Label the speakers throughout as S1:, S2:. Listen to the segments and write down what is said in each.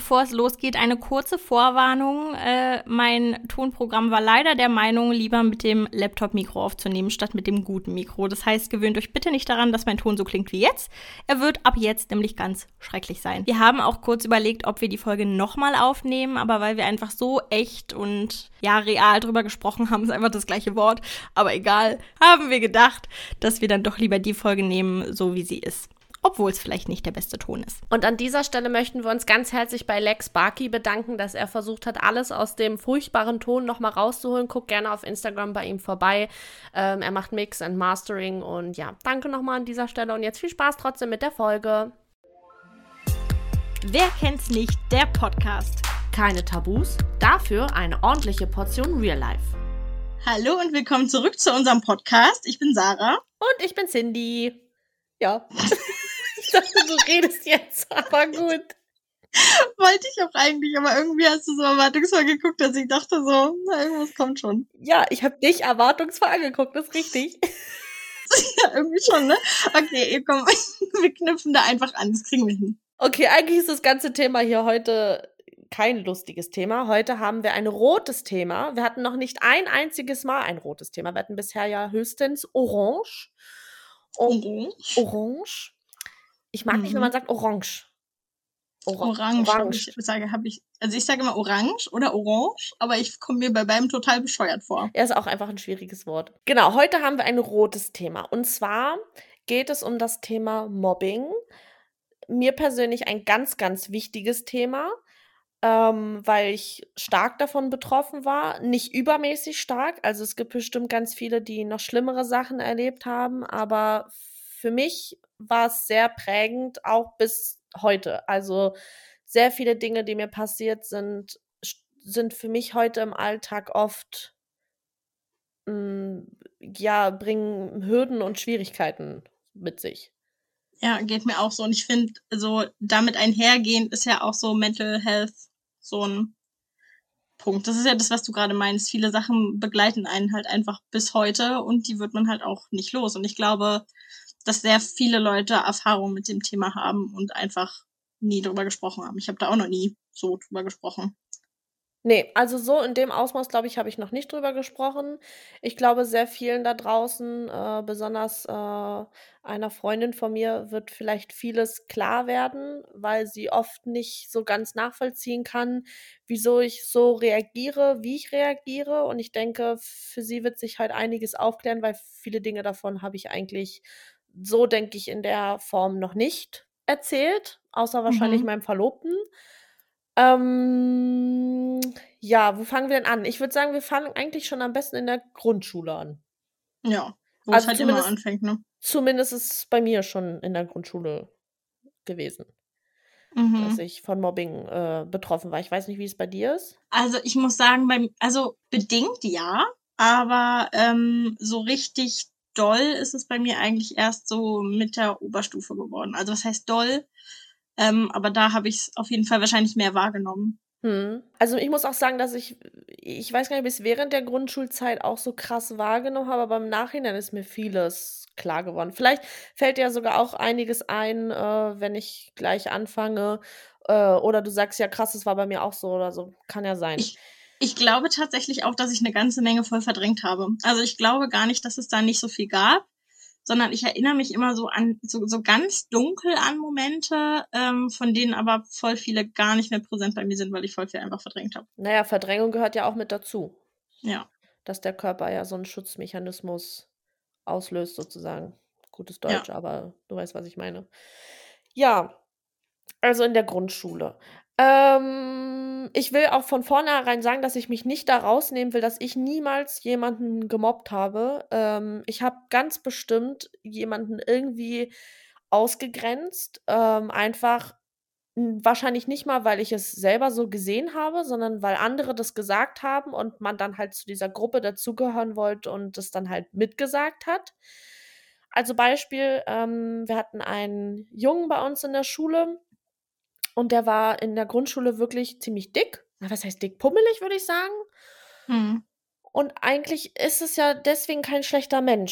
S1: bevor es losgeht, eine kurze Vorwarnung. Mein Tonprogramm war leider der Meinung, lieber mit dem Laptop-Mikro aufzunehmen, statt mit dem guten Mikro. Das heißt, gewöhnt euch bitte nicht daran, dass mein Ton so klingt wie jetzt. Er wird ab jetzt nämlich ganz schrecklich sein. Wir haben auch kurz überlegt, ob wir die Folge nochmal aufnehmen, aber weil wir einfach so echt und ja, real drüber gesprochen haben, ist einfach das gleiche Wort, aber egal, haben wir gedacht, dass wir dann doch lieber die Folge nehmen, so wie sie ist. Obwohl es vielleicht nicht der beste Ton ist.
S2: Und an dieser Stelle möchten wir uns ganz herzlich bei Lex Barkey bedanken, dass er versucht hat, alles aus dem furchtbaren Ton nochmal rauszuholen. Guckt gerne auf Instagram bei ihm vorbei. Er macht Mix and Mastering und ja, danke nochmal an dieser Stelle und jetzt viel Spaß trotzdem mit der Folge.
S1: Wer kennt's nicht? Der Podcast.
S2: Keine Tabus, dafür eine ordentliche Portion Real Life.
S3: Hallo und willkommen zurück zu unserem Podcast. Ich bin Sarah.
S2: Und ich bin Cindy. Ja. Ich dachte, du redest jetzt, aber gut.
S3: Wollte ich auch eigentlich, aber irgendwie hast du so erwartungsvoll geguckt, dass ich dachte so, na, irgendwas kommt schon.
S2: Ja, ich habe dich erwartungsvoll angeguckt, das ist richtig.
S3: Ja, irgendwie schon, ne? Okay, komm, wir knüpfen da einfach an, das kriegen wir hin.
S2: Okay, eigentlich ist das ganze Thema hier heute kein lustiges Thema. Heute haben wir ein rotes Thema. Wir hatten noch nicht ein einziges Mal ein rotes Thema. Wir hatten bisher ja höchstens Orange. Orange. Ich mag nicht, wenn man sagt Orange.
S3: Orange. Ich sage immer Orange oder Orange, aber ich komme mir bei beidem total bescheuert vor.
S2: Er ist auch einfach ein schwieriges Wort. Genau, heute haben wir ein rotes Thema. Und zwar geht es um das Thema Mobbing. Mir persönlich ein ganz, ganz wichtiges Thema, weil ich stark davon betroffen war. Nicht übermäßig stark. Also es gibt bestimmt ganz viele, die noch schlimmere Sachen erlebt haben. Aber für mich war es sehr prägend, auch bis heute. Also sehr viele Dinge, die mir passiert sind für mich heute im Alltag oft, bringen Hürden und Schwierigkeiten mit sich.
S3: Ja, geht mir auch so. Und ich finde, so damit einhergehend ist ja auch so Mental Health so ein Punkt. Das ist ja das, was du gerade meinst. Viele Sachen begleiten einen halt einfach bis heute und die wird man halt auch nicht los. Und ich glaube, dass sehr viele Leute Erfahrung mit dem Thema haben und einfach nie drüber gesprochen haben. Ich habe da auch noch nie so drüber gesprochen.
S2: Nee, also so in dem Ausmaß, glaube ich, habe ich noch nicht drüber gesprochen. Ich glaube, sehr vielen da draußen, besonders einer Freundin von mir, wird vielleicht vieles klar werden, weil sie oft nicht so ganz nachvollziehen kann, wieso ich so reagiere, wie ich reagiere. Und ich denke, für sie wird sich halt einiges aufklären, weil viele Dinge davon habe ich eigentlich, so denke ich, in der Form noch nicht erzählt, außer wahrscheinlich meinem Verlobten. Ja, wo fangen wir denn an? Ich würde sagen, wir fangen eigentlich schon am besten in der Grundschule an.
S3: Ja, wo es halt immer anfängt, ne?
S2: Zumindest ist es bei mir schon in der Grundschule gewesen, dass ich von Mobbing betroffen war. Ich weiß nicht, wie es bei dir ist.
S3: Also ich muss sagen, bedingt ja, aber so richtig doll ist es bei mir eigentlich erst so mit der Oberstufe geworden. Also was heißt doll? Aber da habe ich es auf jeden Fall wahrscheinlich mehr wahrgenommen.
S2: Also ich muss auch sagen, dass ich weiß gar nicht, ob ich es während der Grundschulzeit auch so krass wahrgenommen habe, aber im Nachhinein ist mir vieles klar geworden. Vielleicht fällt dir ja sogar auch einiges ein, wenn ich gleich anfange. Oder du sagst ja, krass, das war bei mir auch so oder so. Kann ja sein.
S3: Ich glaube tatsächlich auch, dass ich eine ganze Menge voll verdrängt habe. Also ich glaube gar nicht, dass es da nicht so viel gab, sondern ich erinnere mich immer so an so ganz dunkel an Momente, von denen aber voll viele gar nicht mehr präsent bei mir sind, weil ich voll viel einfach verdrängt habe.
S2: Naja, Verdrängung gehört ja auch mit dazu.
S3: Ja.
S2: Dass der Körper ja so einen Schutzmechanismus auslöst sozusagen. Gutes Deutsch,
S3: Ja.
S2: aber du weißt, was ich meine. Ja, also in der Grundschule. Ich will auch von vornherein sagen, dass ich mich nicht da rausnehmen will, dass ich niemals jemanden gemobbt habe. Ich habe ganz bestimmt jemanden irgendwie ausgegrenzt. Einfach wahrscheinlich nicht mal, weil ich es selber so gesehen habe, sondern weil andere das gesagt haben und man dann halt zu dieser Gruppe dazugehören wollte und das dann halt mitgesagt hat. Also Beispiel, wir hatten einen Jungen bei uns in der Schule und der war in der Grundschule wirklich ziemlich dick. Na, was heißt dick? Pummelig, würde ich sagen. Und eigentlich ist es ja deswegen kein schlechter Mensch.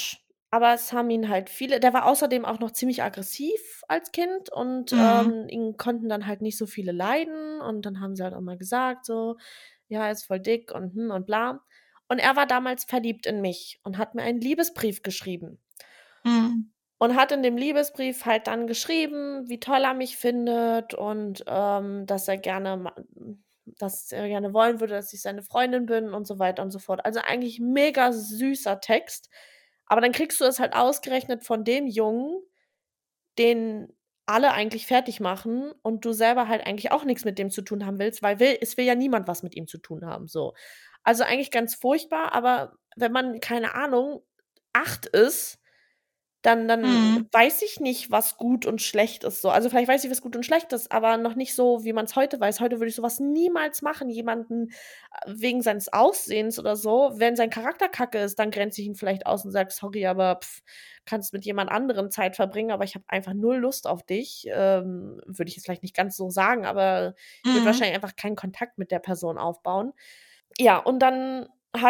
S2: aber es haben ihn halt viele der war außerdem auch noch ziemlich aggressiv als Kind und, ihn konnten dann halt nicht so viele leiden und dann haben sie halt auch mal gesagt so: „Ja, er ist voll dick und bla.“ Und er war damals verliebt in mich und hat mir einen Liebesbrief geschrieben
S3: Mhm.
S2: und hat in dem Liebesbrief halt dann geschrieben, wie toll er mich findet und, dass er gerne wollen würde, dass ich seine Freundin bin und so weiter und so fort. Also, eigentlich mega süßer Text, aber dann kriegst du das halt ausgerechnet von dem Jungen, den alle eigentlich fertig machen und du selber halt eigentlich auch nichts mit dem zu tun haben willst, weil es will ja niemand was mit ihm zu tun haben, so. Also, eigentlich ganz furchtbar, aber wenn man, keine Ahnung, 8 ist, dann
S3: Mhm.
S2: weiß ich nicht, was gut und schlecht ist so. Also, vielleicht weiß ich, was gut und schlecht ist, aber noch nicht so, wie man es heute weiß. Heute würde ich so was niemals machen, jemanden, wegen seines Aussehens oder so. Wenn sein Charakter kacke ist, dann grenze ich ihn vielleicht aus und sage: „Sorry, aber kannst mit jemand anderem Zeit verbringen, aber ich habe einfach null Lust auf dich.“ Würde ich jetzt vielleicht nicht ganz so sagen, aber ich würde
S3: Mhm.
S2: wahrscheinlich einfach keinen Kontakt mit der Person aufbauen. Ja, und dann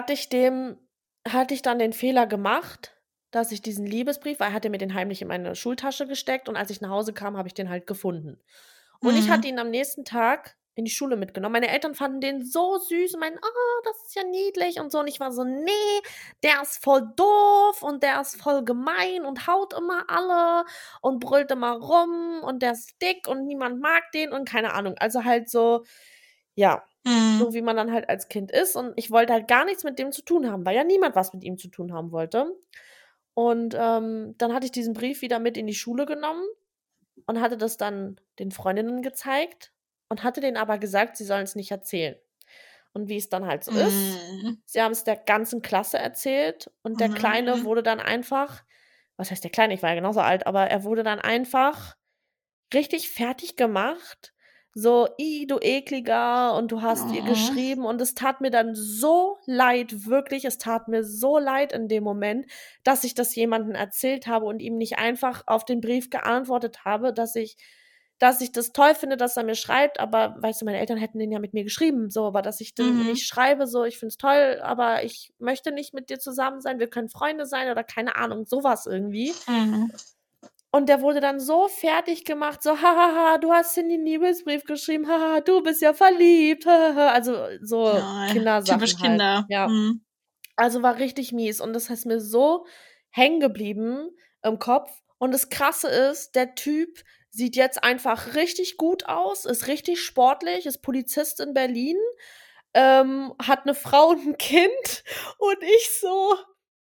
S2: hatte ich dann den Fehler gemacht, dass ich diesen Liebesbrief weil er hatte mir den heimlich in meine Schultasche gesteckt und als ich nach Hause kam, habe ich den halt gefunden. Und ich hatte
S3: Mhm.
S2: ihn am nächsten Tag in die Schule mitgenommen. Meine Eltern fanden den so süß und meinten: „Ah, das ist ja niedlich“ und so. Und ich war so: „Ne, der ist voll doof und der ist voll gemein und haut immer alle und brüllt immer rum und der ist dick und niemand mag den“ und keine Ahnung. Also, halt so ja, so
S3: Mhm.
S2: wie man dann halt als Kind ist und ich wollte halt gar nichts mit dem zu tun haben, weil ja niemand was mit ihm zu tun haben wollte. Und, dann hatte ich diesen Brief wieder mit in die Schule genommen und hatte das dann den Freundinnen gezeigt und hatte denen aber gesagt, sie sollen's nicht erzählen. Und wie es dann halt so ist,
S3: Mhm.
S2: sie haben's der ganzen Klasse erzählt und
S3: Oh
S2: der Kleine
S3: nein.
S2: wurde dann einfach was heißt der Kleine? Ich war ja genauso alt, aber er wurde dann einfach richtig fertig gemacht. So: „I, du Ekliger und du hast ihr
S3: Oh.
S2: geschrieben“ und es tat mir dann so leid, wirklich, es tat mir so leid in dem Moment, dass ich das jemandem erzählt habe und ihm nicht einfach auf den Brief geantwortet habe, dass ich das toll finde, dass er mir schreibt, aber weißt du, meine Eltern hätten den ja mit mir geschrieben, so, aber dass ich dann
S3: Mhm.
S2: nicht schreibe, so: „Ich finde es toll, aber ich möchte nicht mit dir zusammen sein, wir können Freunde sein“ oder keine Ahnung, so was irgendwie.
S3: Mhm.
S2: Und der wurde dann so fertig gemacht, so: „Ha, du hast in den Liebesbrief geschrieben, ha, du bist ja verliebt, ha.“ Also, so
S3: Ja, typisch
S2: Kindersachen halt,
S3: Kinder.
S2: ja.
S3: Mhm.
S2: Also, war richtig mies und das ist mir so hängen geblieben im Kopf. Und das Krasse ist, der Typ sieht jetzt einfach richtig gut aus, ist richtig sportlich, ist Polizist in Berlin, hat 'ne Frau und 'n Kind und ich so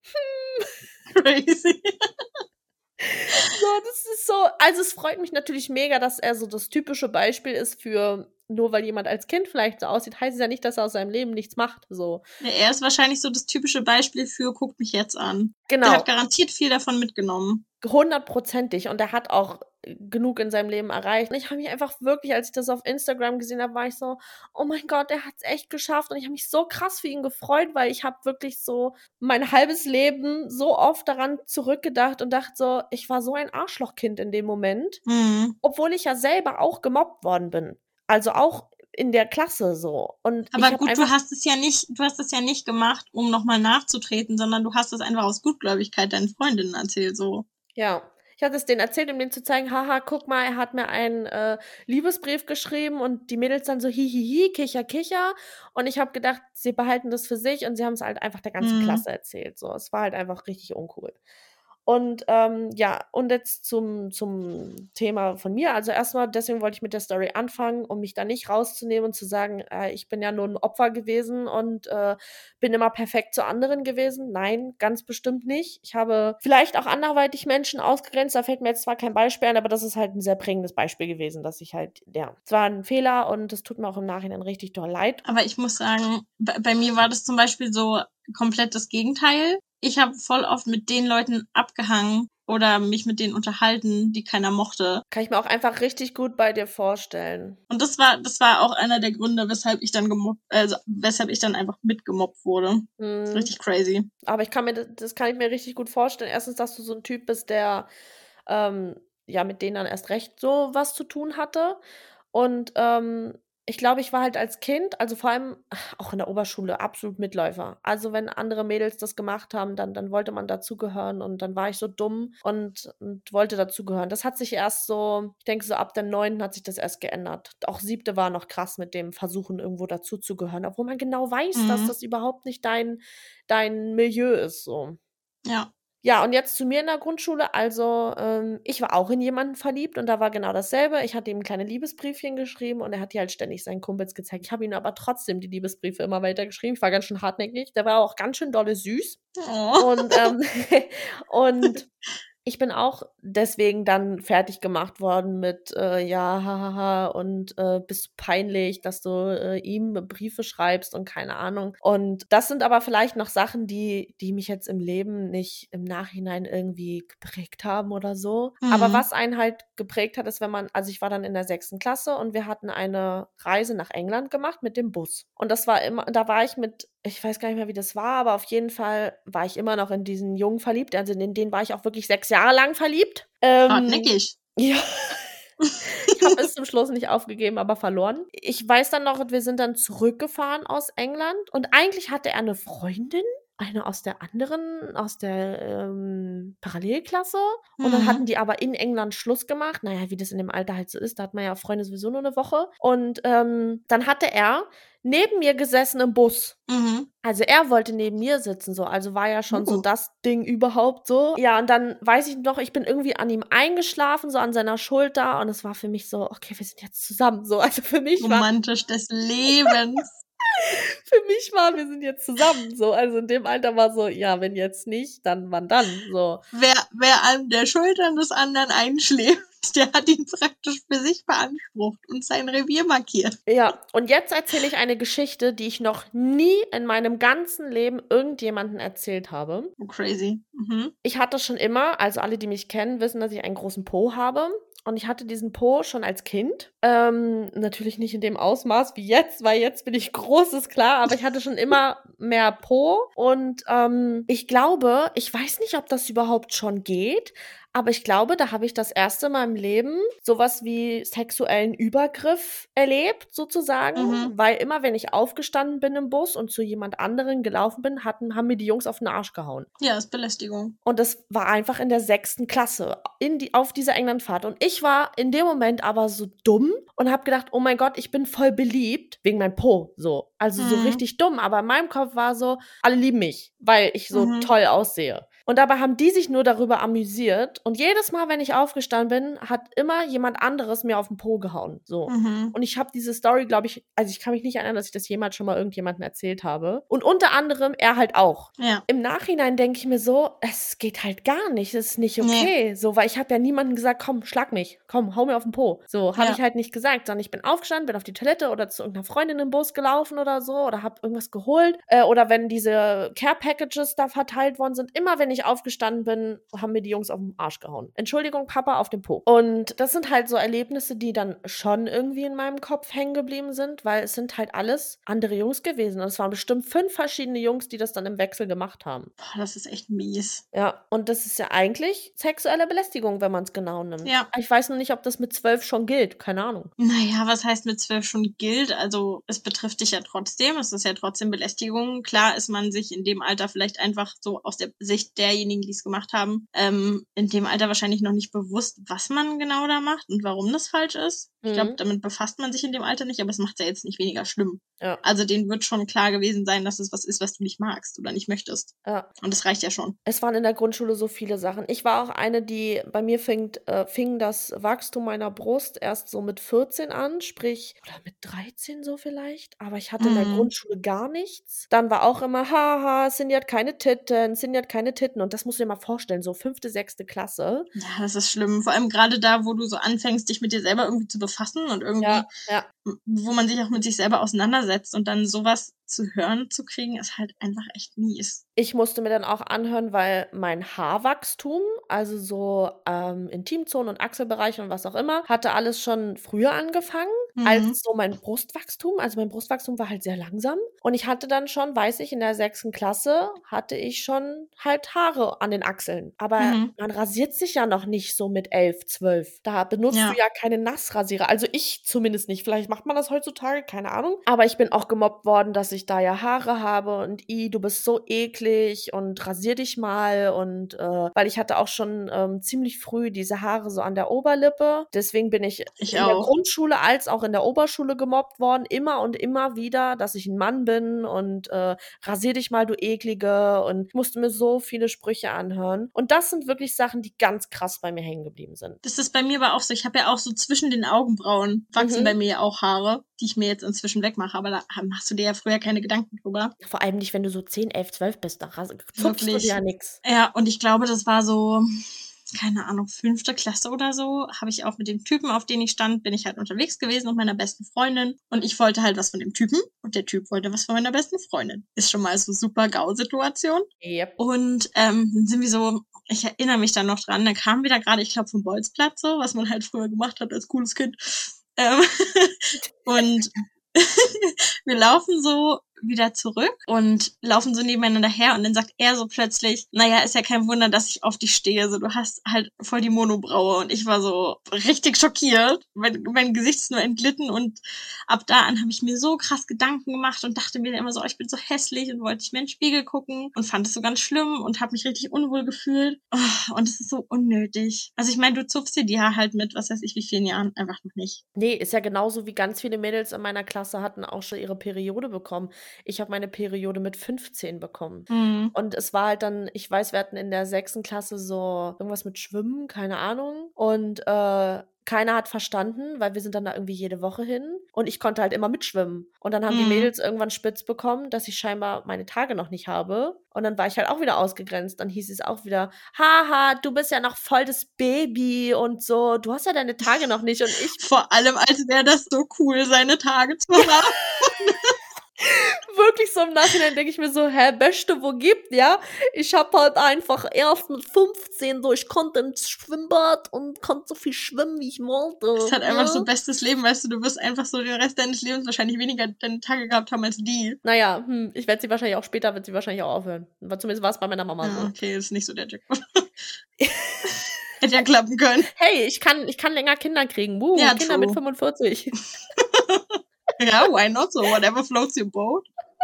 S3: Crazy.
S2: so, das ist so also, es freut mich natürlich mega, dass er so das typische Beispiel ist für nur weil jemand als Kind vielleicht so aussieht, heißt es ja nicht, dass er aus seinem Leben nichts macht, so.
S3: Ja, er ist wahrscheinlich so das typische Beispiel für: „Guckt mich jetzt an.“ Der hat
S2: Genau,
S3: garantiert viel davon mitgenommen.
S2: hundertprozentig und er hat auch genug in seinem Leben erreicht. Und ich habe mich einfach wirklich, als ich das auf Instagram gesehen habe, war ich so: „Oh mein Gott, der hat's echt geschafft.“ Und ich habe mich so krass für ihn gefreut, weil ich habe wirklich so mein halbes Leben so oft daran zurückgedacht und dachte so: „Ich war so ein Arschlochkind in dem Moment.“
S3: Mhm.
S2: Obwohl ich ja selber auch gemobbt worden bin. Also, auch in der Klasse so. Und
S3: Aber
S2: ich habe
S3: gut,
S2: einfach
S3: du hast es ja nicht gemacht, um noch mal nachzutreten, sondern du hast es einfach aus Gutgläubigkeit deinen Freundinnen erzählt so.
S2: ja, ich hatte es denen erzählt, um denen zu zeigen: „Haha, guck mal, er hat mir einen, Liebesbrief geschrieben“ und die Mädels dann so: „Hi, hi, hi, Kicher, Kicher.“ Und ich habe gedacht, sie behalten das für sich und sie haben's halt einfach der ganzen
S3: Mhm.
S2: Klasse erzählt, so. Es war halt einfach richtig uncool. Und, ja, und jetzt zum Thema von mir. Also, erst mal deswegen wollte ich mit der Story anfangen, um mich da nicht rauszunehmen und zu sagen, ich bin ja nur 'n Opfer gewesen und, bin immer perfekt zu anderen gewesen. Nein, ganz bestimmt nicht. Ich habe vielleicht auch anderweitig Menschen ausgegrenzt. Da fällt mir jetzt zwar kein Beispiel ein, aber das ist halt 'n sehr prägendes Beispiel gewesen, dass ich halt ja, es war 'n Fehler und es tut mir auch im Nachhinein richtig doll leid.
S3: Aber ich muss sagen, bei mir war das zum Beispiel so komplett das Gegenteil. Ich habe voll oft mit den Leuten abgehangen oder mich mit denen unterhalten, die keiner mochte.
S2: Kann ich mir auch einfach richtig gut bei dir vorstellen.
S3: Und das war auch einer der Gründe, weshalb ich dann einfach mitgemobbt wurde.
S2: Mhm.
S3: Richtig crazy.
S2: Aber ich kann mir das kann ich mir richtig gut vorstellen. Erstens, dass du so 'n Typ bist, der, ja, mit denen dann erst recht so was zu tun hatte. Und, ich glaube, ich war halt als Kind, also vor allem auch in der Oberschule, absolut Mitläufer. Also wenn andere Mädels das gemacht haben, dann wollte man dazugehören und dann war ich so dumm und wollte dazugehören. Das hat sich erst so, ich denke so ab der 9. hat sich das erst geändert. Auch 7. war noch krass mit dem Versuchen, irgendwo dazuzugehören, obwohl man genau weiß, dass das überhaupt nicht dein Milieu ist, so.
S3: Ja.
S2: Ja, und jetzt zu mir in der Grundschule. Also, ich war auch in jemanden verliebt und da war genau dasselbe. Ich hatte ihm kleine Liebesbriefchen geschrieben und er hat die halt ständig seinen Kumpels gezeigt. Ich habe ihm aber trotzdem die Liebesbriefe immer weitergeschrieben. Ich war ganz schön hartnäckig. Der war auch ganz schön dolle süß.
S3: Oh.
S2: Und, und ich bin auch deswegen dann fertig gemacht worden mit, ja, hahaha, und bist du peinlich, dass du ihm Briefe schreibst und keine Ahnung. Und das sind aber vielleicht noch Sachen, die mich jetzt im Leben nicht im Nachhinein irgendwie geprägt haben oder so. Aber was einen halt geprägt hat, ist, also ich war dann in der 6. Klasse und wir hatten eine Reise nach England gemacht mit dem Bus. Und das war immer, da war ich mit, ich weiß gar nicht mehr, wie das war, aber auf jeden Fall war ich immer noch in diesen Jungen verliebt. Also in den war ich auch wirklich 6 Jahre lang verliebt.
S3: Hartnäckig.
S2: Ja. Ich habe bis zum Schluss nicht aufgegeben, aber verloren. Ich weiß dann noch, wir sind dann zurückgefahren aus England und eigentlich hatte er eine Freundin, eine aus der Parallelklasse. Und dann hatten die aber in England Schluss gemacht. Naja, wie das in dem Alter halt so ist, da hat man ja Freunde sowieso nur eine Woche. Und dann hatte er neben mir gesessen im Bus. Also er wollte neben mir sitzen, so. Also war ja schon so das Ding überhaupt so. Ja, und dann weiß ich noch, ich bin irgendwie an ihm eingeschlafen, so an seiner Schulter. Und es war für mich so, okay, wir sind jetzt zusammen. So, also für mich war
S3: romantisch des Lebens.
S2: für mich war, wir sind jetzt zusammen. So, also in dem Alter war so, ja, wenn jetzt nicht, dann wann dann? So.
S3: Wer an der Schultern des anderen einschläft, der hat ihn praktisch für sich beansprucht und sein Revier markiert.
S2: Ja, und jetzt erzähle ich eine Geschichte, die ich noch nie in meinem ganzen Leben irgendjemandem erzählt habe.
S3: Oh, crazy.
S2: Ich hatte schon immer, also alle, die mich kennen, wissen, dass ich einen großen Po habe. Und ich hatte diesen Po schon als Kind. Natürlich nicht in dem Ausmaß wie jetzt, weil jetzt bin ich groß, ist klar. Aber ich hatte schon immer mehr Po. Und ich glaube, ich weiß nicht, ob das überhaupt schon geht. Aber ich glaube, da habe ich das erste Mal im Leben sowas wie sexuellen Übergriff erlebt, sozusagen. Weil immer, wenn ich aufgestanden bin im Bus und zu jemand anderen gelaufen bin, haben mir die Jungs auf den Arsch gehauen.
S3: Ja, ist Belästigung.
S2: Und das war einfach in der 6. Klasse, auf dieser Englandfahrt. Und ich war in dem Moment aber so dumm und habe gedacht, oh mein Gott, ich bin voll beliebt, wegen meinem Po, so. Also so richtig dumm, aber in meinem Kopf war so, alle lieben mich, weil ich so toll aussehe. Und dabei haben die sich nur darüber amüsiert. Und jedes Mal, wenn ich aufgestanden bin, hat immer jemand anderes mir auf den Po gehauen. So. Und ich habe diese Story, glaube ich, also ich kann mich nicht erinnern, dass ich das jemals schon mal irgendjemandem erzählt habe. Und unter anderem er halt auch.
S3: Ja.
S2: Im Nachhinein denke ich mir so, es geht halt gar nicht, es ist nicht okay. So, weil ich habe ja niemandem gesagt, komm, schlag mich, komm, hau mir auf den Po. So, habe ich halt nicht gesagt, sondern ich bin aufgestanden, bin auf die Toilette oder zu irgendeiner Freundin im Bus gelaufen oder so oder habe irgendwas geholt. Oder wenn diese Care-Packages da verteilt worden sind, immer wenn ich aufgestanden bin, haben mir die Jungs auf den Arsch gehauen. Entschuldigung, Papa, auf den Po. Und das sind halt so Erlebnisse, die dann schon irgendwie in meinem Kopf hängen geblieben sind, weil es sind halt alles andere Jungs gewesen. Und es waren bestimmt 5 verschiedene Jungs, die das dann im Wechsel gemacht haben.
S3: Boah, das ist echt mies.
S2: Ja, und das ist ja eigentlich sexuelle Belästigung, wenn man es genau nimmt.
S3: Ja.
S2: Ich weiß nur nicht, ob das mit 12 schon gilt. Keine Ahnung.
S3: Naja, was heißt mit 12 schon gilt? Also es betrifft dich ja trotzdem. Es ist ja trotzdem Belästigung. Klar ist man sich in dem Alter vielleicht einfach so aus der Sicht derjenigen, die es gemacht haben, in dem Alter wahrscheinlich noch nicht bewusst, was man genau da macht und warum das falsch ist. Ich glaube, damit befasst man sich in dem Alter nicht, aber es macht es ja jetzt nicht weniger schlimm.
S2: Ja.
S3: Also denen wird schon klar gewesen sein, dass es was ist, was du nicht magst oder nicht möchtest.
S2: Ja.
S3: Und das reicht ja schon.
S2: Es waren in der Grundschule so viele Sachen. Ich war auch eine, die bei mir fing das Wachstum meiner Brust erst so mit 14 an, sprich, oder mit 13 so vielleicht. Aber ich hatte in der Grundschule gar nichts. Dann war auch immer, haha, Cindy hat keine Titten, Cindy hat keine Titten. Und das musst du dir mal vorstellen, so 5., 6. Klasse.
S3: Ja, das ist schlimm. Vor allem gerade da, wo du so anfängst, dich mit dir selber irgendwie zu befassen und irgendwie, wo man sich auch mit sich selber auseinandersetzt auseinandersetzt und dann sowas zu hören zu kriegen, ist halt einfach echt mies.
S2: Ich musste mir dann auch anhören, weil mein Haarwachstum, also so Intimzonen und Achselbereich und was auch immer, hatte alles schon früher angefangen als so mein Brustwachstum. Also mein Brustwachstum war halt sehr langsam. Und ich hatte dann schon, weiß ich, in der 6. Klasse hatte ich schon halt Haare an den Achseln. Aber man rasiert sich ja noch nicht so mit 11, 12. Da benutzt du ja keine Nassrasierer. Also ich zumindest nicht. Vielleicht macht man das heutzutage, keine Ahnung. Aber ich bin auch gemobbt worden, dass ich da ja Haare habe und du bist so eklig und rasier dich mal. Und weil ich hatte auch schon ziemlich früh diese Haare so an der Oberlippe. Deswegen bin ich in der Grundschule als auch in der Oberschule gemobbt worden. Immer und immer wieder, dass ich ein Mann bin und rasier dich mal, du Eklige. Und ich musste mir so viele Sprüche anhören. Und das sind wirklich Sachen, die ganz krass bei mir hängen geblieben sind.
S3: Das ist bei mir aber auch so. Ich habe ja auch so zwischen den Augenbrauen wachsen bei mir auch Haare, die ich mir jetzt inzwischen wegmache. Aber da machst du dir ja früher keine Gedanken drüber.
S2: Vor allem nicht, wenn du so 10, 11, 12 bist. Da zupfst du dir ja nix.
S3: Ja, und ich glaube, das war so, keine Ahnung, 5. Klasse oder so, habe ich auch mit dem Typen, auf den ich stand, bin ich halt unterwegs gewesen mit meiner besten Freundin. Und ich wollte halt was von dem Typen und der Typ wollte was von meiner besten Freundin. Ist schon mal so super GAU-Situation.
S2: Yep.
S3: Und dann sind wir so, ich erinnere mich dann noch dran, da kam wieder gerade, ich glaube, vom Bolzplatz so, was man halt früher gemacht hat als cooles Kind. Und wir laufen so wieder zurück und laufen so nebeneinander her und dann sagt er so plötzlich, naja, ist ja kein Wunder, dass ich auf dich stehe, so du hast halt voll die Monobraue und ich war so richtig schockiert, mein Gesicht ist nur entglitten und ab da an habe ich mir so krass Gedanken gemacht und dachte mir immer so, ich bin so hässlich und wollte nicht mehr in den Spiegel gucken und fand es so ganz schlimm und habe mich richtig unwohl gefühlt und es ist so unnötig. Also ich meine, du zupfst dir die Haare halt mit, was weiß ich, wie vielen Jahren einfach noch nicht.
S2: Nee, ist ja genauso wie ganz viele Mädels in meiner Klasse hatten auch schon ihre Periode bekommen. Ich habe meine Periode mit 15 bekommen. Und es war halt dann, ich weiß, wir hatten in der 6. Klasse so irgendwas mit Schwimmen, keine Ahnung. Und keiner hat verstanden, weil wir sind dann da irgendwie jede Woche hin. Und ich konnte halt immer mitschwimmen. Und dann haben die Mädels irgendwann spitz bekommen, dass ich scheinbar meine Tage noch nicht habe. Und dann war ich halt auch wieder ausgegrenzt. Dann hieß es auch wieder, haha, du bist ja noch voll das Baby und so. Du hast ja deine Tage noch nicht. Und ich...
S3: Vor allem, als wäre das so cool, seine Tage zu haben.
S2: Wirklich so im Nachhinein denke ich mir so, Beste, wo gibt, ja? Ich hab halt einfach erst mit 15 so, ich konnte ins Schwimmbad und konnte so viel schwimmen, wie ich wollte.
S3: Das ist halt einfach so bestes Leben, weißt du wirst einfach so den Rest deines Lebens wahrscheinlich weniger deine Tage gehabt haben als die.
S2: Naja, ich werde sie wahrscheinlich auch später, wird sie wahrscheinlich auch aufhören. Aber zumindest war es bei meiner Mama so.
S3: Okay, das ist nicht so der Jackpot. Hätte ja klappen können.
S2: Hey, ich kann länger Kinder kriegen. Ja, Kinder true. Mit 45.
S3: Ja, why not so? Whatever floats your boat.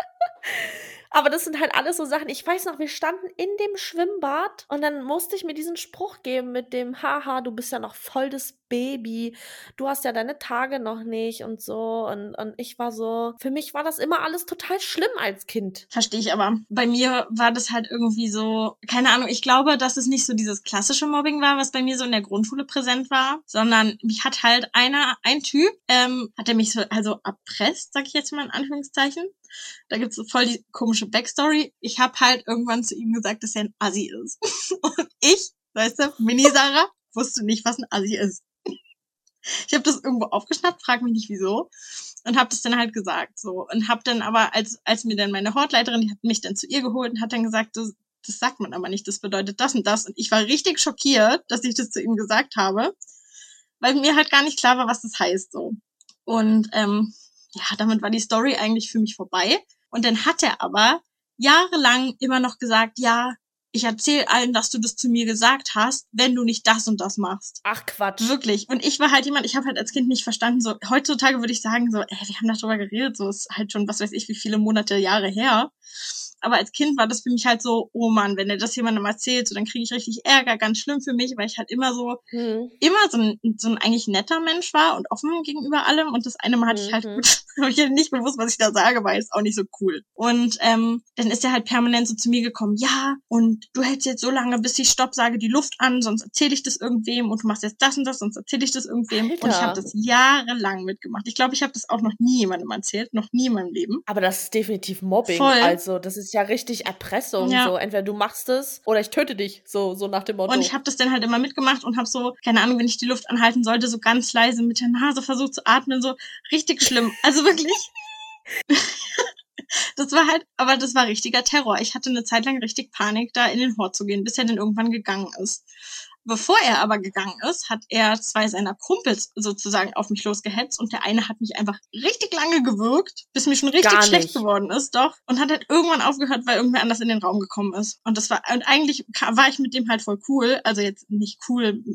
S2: Aber das sind halt alles so Sachen. Ich weiß noch, wir standen in dem Schwimmbad und dann musste ich mir diesen Spruch geben mit dem, haha, du bist ja noch voll das Baby. Du hast ja deine Tage noch nicht und so. Und ich war so, für mich war das immer alles total schlimm als Kind.
S3: Verstehe ich aber. Bei mir war das halt irgendwie so, keine Ahnung, ich glaube, dass es nicht so dieses klassische Mobbing war, was bei mir so in der Grundschule präsent war, sondern mich hat halt ein Typ, hat er mich so, also erpresst, sag ich jetzt mal in Anführungszeichen. Da gibt's so voll die komische Backstory. Ich habe halt irgendwann zu ihm gesagt, dass er ein Assi ist. Und ich, weißt du, Mini-Sarah, wusste nicht, was ein Assi ist. Ich habe das irgendwo aufgeschnappt, frag mich nicht wieso, und habe das dann halt gesagt so und habe dann aber als mir dann meine Hortleiterin, die hat mich dann zu ihr geholt und hat dann gesagt, das sagt man aber nicht, das bedeutet das und das, und ich war richtig schockiert, dass ich das zu ihm gesagt habe, weil mir halt gar nicht klar war, was das heißt so. Und ja, damit war die Story eigentlich für mich vorbei. Und dann hat er aber jahrelang immer noch gesagt, ja, ich erzähle allen, dass du das zu mir gesagt hast, wenn du nicht das und das machst.
S2: Ach, Quatsch.
S3: Wirklich. Und ich war halt jemand, ich habe halt als Kind nicht verstanden, so heutzutage würde ich sagen, so, wir haben darüber geredet, so ist halt schon, was weiß ich, wie viele Monate, Jahre her. Aber als Kind war das für mich halt so, oh Mann, wenn er das jemandem erzählt, so dann kriege ich richtig Ärger, ganz schlimm für mich, weil ich halt immer so ein eigentlich netter Mensch war und offen gegenüber allem. Und das eine Mal hatte ich halt gut, habe ich halt nicht bewusst, was ich da sage, weil es auch nicht so cool. Und dann ist er halt permanent so zu mir gekommen, ja, und du hältst jetzt so lange, bis ich Stopp sage, die Luft an, sonst erzähle ich das irgendwem, und du machst jetzt das und das, sonst erzähle ich das irgendwem. Alter. Und ich habe das jahrelang mitgemacht. Ich glaube, ich habe das auch noch nie jemandem erzählt, noch nie in meinem Leben.
S2: Aber das ist definitiv Mobbing.
S3: Voll.
S2: Also das ist ja richtig Erpressung. Ja. So, entweder du machst es oder ich töte dich, so nach dem Motto.
S3: Und ich habe das dann halt immer mitgemacht und habe so, keine Ahnung, wenn ich die Luft anhalten sollte, so ganz leise mit der Nase versucht zu atmen, so richtig schlimm. Also wirklich. Das war richtiger Terror. Ich hatte eine Zeit lang richtig Panik, da in den Hort zu gehen, bis er dann irgendwann gegangen ist. Bevor er aber gegangen ist, hat er 2 seiner Kumpels sozusagen auf mich losgehetzt und der eine hat mich einfach richtig lange gewürgt, bis mir schon richtig schlecht geworden ist, doch. Und hat halt irgendwann aufgehört, weil irgendwer anders in den Raum gekommen ist. Und eigentlich war ich mit dem halt voll cool. Also jetzt nicht cool,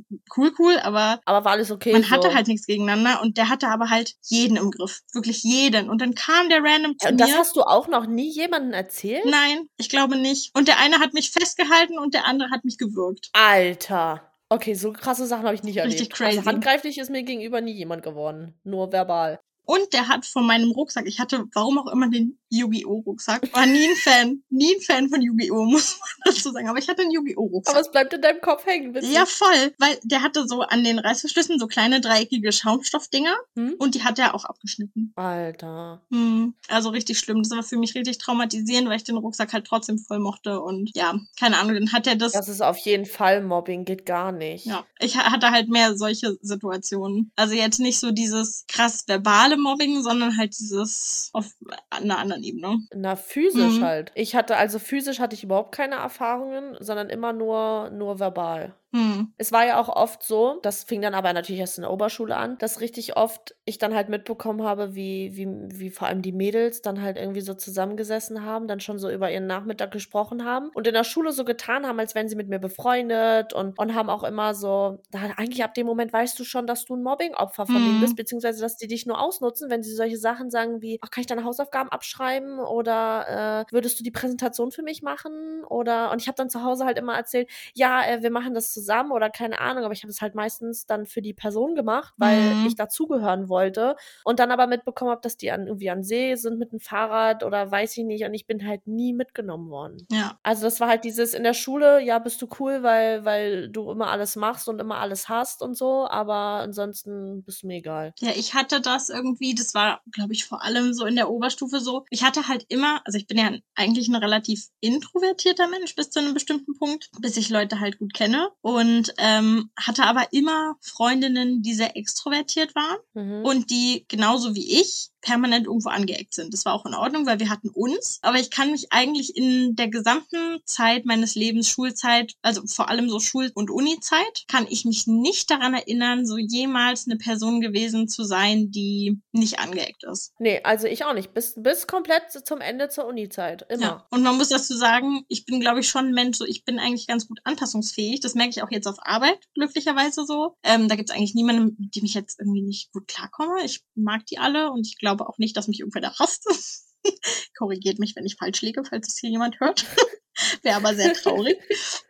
S3: aber
S2: war alles okay.
S3: Man hatte halt nichts gegeneinander und der hatte aber halt jeden im Griff. Wirklich jeden. Und dann kam der random zu mir.
S2: Und das hast du auch noch nie jemandem erzählt?
S3: Nein, ich glaube nicht. Und der eine hat mich festgehalten und der andere hat mich gewürgt.
S2: Alter. Okay, so krasse Sachen habe ich nicht erlebt.
S3: Richtig crazy.
S2: Also handgreiflich ist mir gegenüber nie jemand geworden. Nur verbal.
S3: Und der hat von meinem Rucksack, ich hatte, warum auch immer, den Yu-Gi-Oh! Rucksack. War nie ein Fan von Yu-Gi-Oh! Muss man dazu sagen. Aber ich hatte einen Yu-Gi-Oh! Rucksack.
S2: Aber es bleibt in deinem Kopf hängen, bitte.
S3: Ja, voll. Weil der hatte so an den Reißverschlüssen so kleine dreieckige Schaumstoffdinger. Und die hat er auch abgeschnitten.
S2: Alter.
S3: Also richtig schlimm. Das war für mich richtig traumatisierend, weil ich den Rucksack halt trotzdem voll mochte. Und ja, keine Ahnung, dann hat er das...
S2: Das ist auf jeden Fall Mobbing, geht gar nicht.
S3: Ja, ich hatte halt mehr solche Situationen. Also jetzt nicht so dieses krass verbale Mobbing, sondern halt dieses auf einer anderen Ebene.
S2: Na, physisch halt. Physisch hatte ich überhaupt keine Erfahrungen, sondern immer nur verbal. Es war ja auch oft so, das fing dann aber natürlich erst in der Oberschule an, dass richtig oft ich dann halt mitbekommen habe, wie vor allem die Mädels dann halt irgendwie so zusammengesessen haben, dann schon so über ihren Nachmittag gesprochen haben und in der Schule so getan haben, als wären sie mit mir befreundet und haben auch immer so, eigentlich ab dem Moment weißt du schon, dass du ein Mobbing-Opfer von denen bist, beziehungsweise dass die dich nur ausnutzen, wenn sie solche Sachen sagen wie, ach, kann ich deine Hausaufgaben abschreiben oder würdest du die Präsentation für mich machen und ich habe dann zu Hause halt immer erzählt, ja, wir machen das zusammen oder keine Ahnung, aber ich habe es halt meistens dann für die Person gemacht, weil ich dazugehören wollte und dann aber mitbekommen habe, dass die irgendwie an See sind mit dem Fahrrad oder weiß ich nicht und ich bin halt nie mitgenommen worden.
S3: Ja.
S2: Also das war halt dieses in der Schule, ja, bist du cool, weil du immer alles machst und immer alles hast und so, aber ansonsten bist du mir egal.
S3: Ja, ich hatte das irgendwie, das war, glaube ich, vor allem so in der Oberstufe so. Ich hatte halt immer, also ich bin ja eigentlich ein relativ introvertierter Mensch bis zu einem bestimmten Punkt, bis ich Leute halt gut kenne und hatte aber immer Freundinnen, die sehr extrovertiert waren und die genauso wie ich permanent irgendwo angeeckt sind. Das war auch in Ordnung, weil wir hatten uns. Aber ich kann mich eigentlich in der gesamten Zeit meines Lebens, Schulzeit, also vor allem so Schul- und Uni-Zeit, kann ich mich nicht daran erinnern, so jemals eine Person gewesen zu sein, die nicht angeeckt ist.
S2: Nee, also ich auch nicht. Bis komplett zum Ende zur Uni-Zeit. Immer.
S3: Ja. Und man muss dazu sagen, ich bin, glaube ich, schon ein Mensch, so ich bin eigentlich ganz gut anpassungsfähig. Das merke ich auch jetzt auf Arbeit, glücklicherweise so. Da gibt es eigentlich niemanden, mit dem ich jetzt irgendwie nicht gut klarkomme. Ich mag die alle und ich glaube auch nicht, dass mich irgendwer da hasst. Korrigiert mich, wenn ich falsch liege, falls es hier jemand hört. Wäre aber sehr traurig.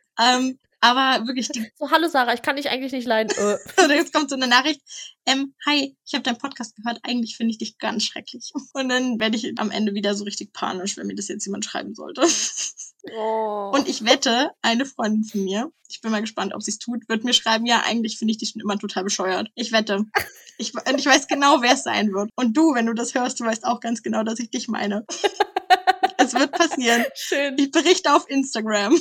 S3: Aber wirklich
S2: so, hallo Sarah, ich kann dich eigentlich nicht leiden.
S3: Und jetzt kommt so eine Nachricht, hi, ich habe deinen Podcast gehört, eigentlich finde ich dich ganz schrecklich. Und dann werde ich am Ende wieder so richtig panisch, wenn mir das jetzt jemand schreiben sollte.
S2: Oh.
S3: Und ich wette, eine Freundin von mir, ich bin mal gespannt, ob sie es tut, wird mir schreiben, ja, eigentlich finde ich dich schon immer total bescheuert. Ich wette. Ich weiß genau, wer es sein wird. Und du, wenn du das hörst, du weißt auch ganz genau, dass ich dich meine. Es wird passieren.
S2: Schön.
S3: Ich berichte auf Instagram.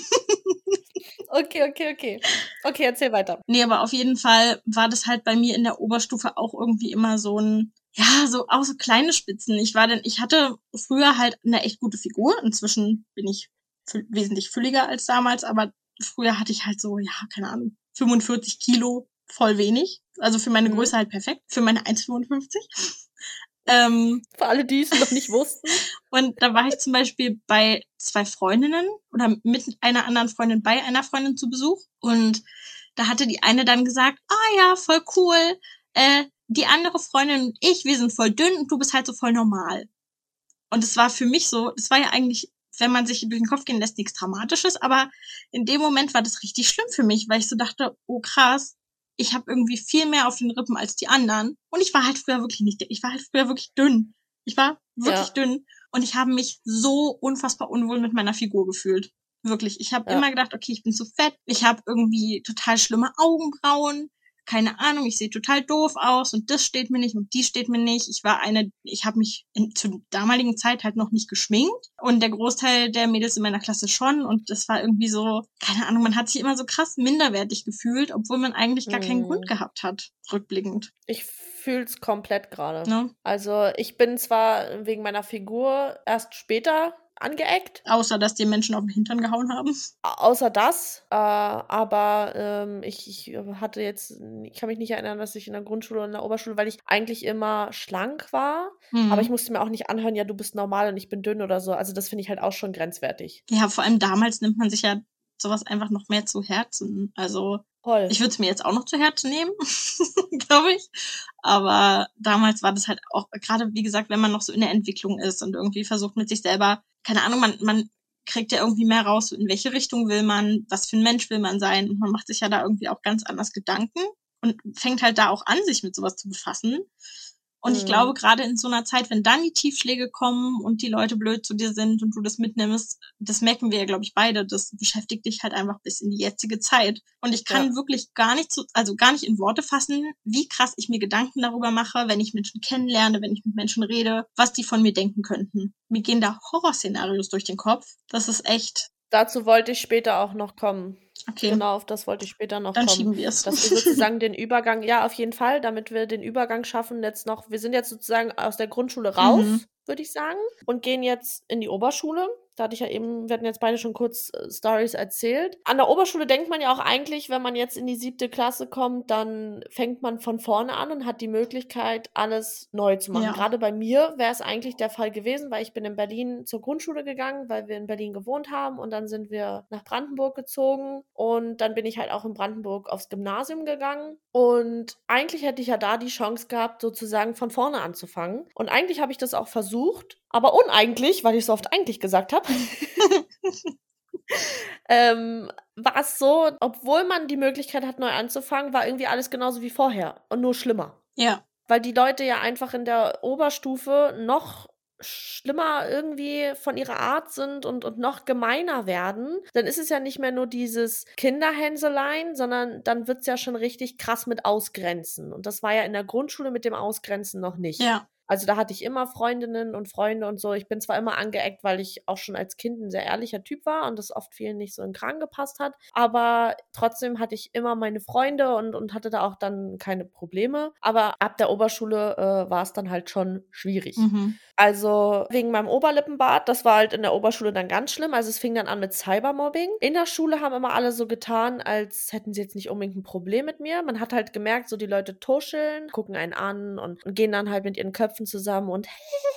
S2: Okay. Okay, erzähl weiter.
S3: Nee, aber auf jeden Fall war das halt bei mir in der Oberstufe auch irgendwie immer so ein, ja, so auch so kleine Spitzen. Ich hatte früher halt eine echt gute Figur. Inzwischen bin ich wesentlich fülliger als damals, aber früher hatte ich halt so, ja, keine Ahnung, 45 Kilo, voll wenig. Also für meine Größe halt perfekt. Für meine 1,55.
S2: Für alle, die es noch nicht wussten.
S3: Und da war ich zum Beispiel bei 2 Freundinnen oder mit einer anderen Freundin bei einer Freundin zu Besuch. Und da hatte die eine dann gesagt, ja, voll cool. Die andere Freundin und ich, wir sind voll dünn und du bist halt so voll normal. Und es war für mich so, das war ja eigentlich, wenn man sich durch den Kopf gehen lässt, nichts Dramatisches. Aber in dem Moment war das richtig schlimm für mich, weil ich so dachte, oh krass, ich habe irgendwie viel mehr auf den Rippen als die anderen. Und ich war halt früher wirklich nicht dick. Ich war halt früher wirklich dünn. Ich war wirklich dünn. Und ich habe mich so unfassbar unwohl mit meiner Figur gefühlt. Wirklich. Ich habe immer gedacht, okay, ich bin zu fett. Ich habe irgendwie total schlimme Augenbrauen. keine Ahnung, ich sehe total doof aus und das steht mir nicht und die steht mir nicht. Ich habe mich zur damaligen Zeit halt noch nicht geschminkt und der Großteil der Mädels in meiner Klasse schon und das war irgendwie so, keine Ahnung, man hat sich immer so krass minderwertig gefühlt, obwohl man eigentlich gar keinen Grund gehabt hat, rückblickend.
S2: Ich fühl's komplett gerade.
S3: Ne?
S2: Also ich bin zwar wegen meiner Figur erst später angeeckt,
S3: Außer, dass die Menschen auf den Hintern gehauen haben.
S2: außer das, aber ich hatte jetzt, ich kann mich nicht erinnern, dass ich in der Grundschule oder in der Oberschule, weil ich eigentlich immer schlank war, aber ich musste mir auch nicht anhören, ja, du bist normal und ich bin dünn oder so. Also das finde ich halt auch schon grenzwertig.
S3: Ja, vor allem damals nimmt man sich ja sowas einfach noch mehr zu Herzen. Also
S2: Voll.
S3: ich würde es mir jetzt auch noch zu Herzen nehmen, glaube ich. Aber damals war das halt auch, gerade wie gesagt, wenn man noch so in der Entwicklung ist und irgendwie versucht mit sich selber, keine Ahnung, man kriegt ja irgendwie mehr raus, in welche Richtung will man, was für ein Mensch will man sein. Und man macht sich ja da irgendwie auch ganz anders Gedanken und fängt halt da auch an, sich mit sowas zu befassen. Und ich glaube, gerade in so einer Zeit, wenn dann die Tiefschläge kommen und die Leute blöd zu dir sind und du das mitnimmst, das merken wir ja, glaube ich, beide, das beschäftigt dich halt einfach bis in die jetzige Zeit. Und ich kann wirklich gar nicht in Worte fassen, wie krass ich mir Gedanken darüber mache, wenn ich Menschen kennenlerne, wenn ich mit Menschen rede, was die von mir denken könnten. Mir gehen da Horrorszenarios durch den Kopf. Das ist echt.
S2: Dazu wollte ich später auch noch kommen.
S3: Okay.
S2: Genau, auf das wollte ich später noch
S3: Dann
S2: kommen.
S3: schieben wir es.
S2: Dass wir sozusagen den Übergang, ja, auf jeden Fall, damit wir den Übergang schaffen, wir sind jetzt sozusagen aus der Grundschule raus, würde ich sagen, und gehen jetzt in die Oberschule. Da hatte ich ja eben, wir hatten jetzt beide schon kurz Stories erzählt. An der Oberschule denkt man ja auch eigentlich, wenn man jetzt in die 7. Klasse kommt, dann fängt man von vorne an und hat die Möglichkeit, alles neu zu machen.
S3: Ja.
S2: Gerade bei mir wäre es eigentlich der Fall gewesen, weil ich bin in Berlin zur Grundschule gegangen, weil wir in Berlin gewohnt haben und dann sind wir nach Brandenburg gezogen und dann bin ich halt auch in Brandenburg aufs Gymnasium gegangen und eigentlich hätte ich ja da die Chance gehabt, sozusagen von vorne anzufangen und eigentlich habe ich das auch versucht, aber uneigentlich, weil ich so oft eigentlich gesagt habe, war es so, obwohl man die Möglichkeit hat, neu anzufangen, war irgendwie alles genauso wie vorher und nur schlimmer.
S3: Ja.
S2: Weil die Leute ja einfach in der Oberstufe noch schlimmer irgendwie von ihrer Art sind und noch gemeiner werden, dann ist es ja nicht mehr nur dieses Kinderhänselein, sondern dann wird es ja schon richtig krass mit Ausgrenzen. Und das war ja in der Grundschule mit dem Ausgrenzen noch nicht.
S3: Ja.
S2: Also da hatte ich immer Freundinnen und Freunde und so. Ich bin zwar immer angeeckt, weil ich auch schon als Kind ein sehr ehrlicher Typ war und das oft vielen nicht so in den Kragen gepasst hat. Aber trotzdem hatte ich immer meine Freunde und hatte da auch dann keine Probleme. Aber ab der Oberschule war es dann halt schon schwierig. Also wegen meinem Oberlippenbart, das war halt in der Oberschule dann ganz schlimm. Also es fing dann an mit Cybermobbing. In der Schule haben immer alle so getan, als hätten sie jetzt nicht unbedingt ein Problem mit mir. Man hat halt gemerkt, so die Leute tuscheln, gucken einen an und gehen dann halt mit ihren Köpfen zusammen und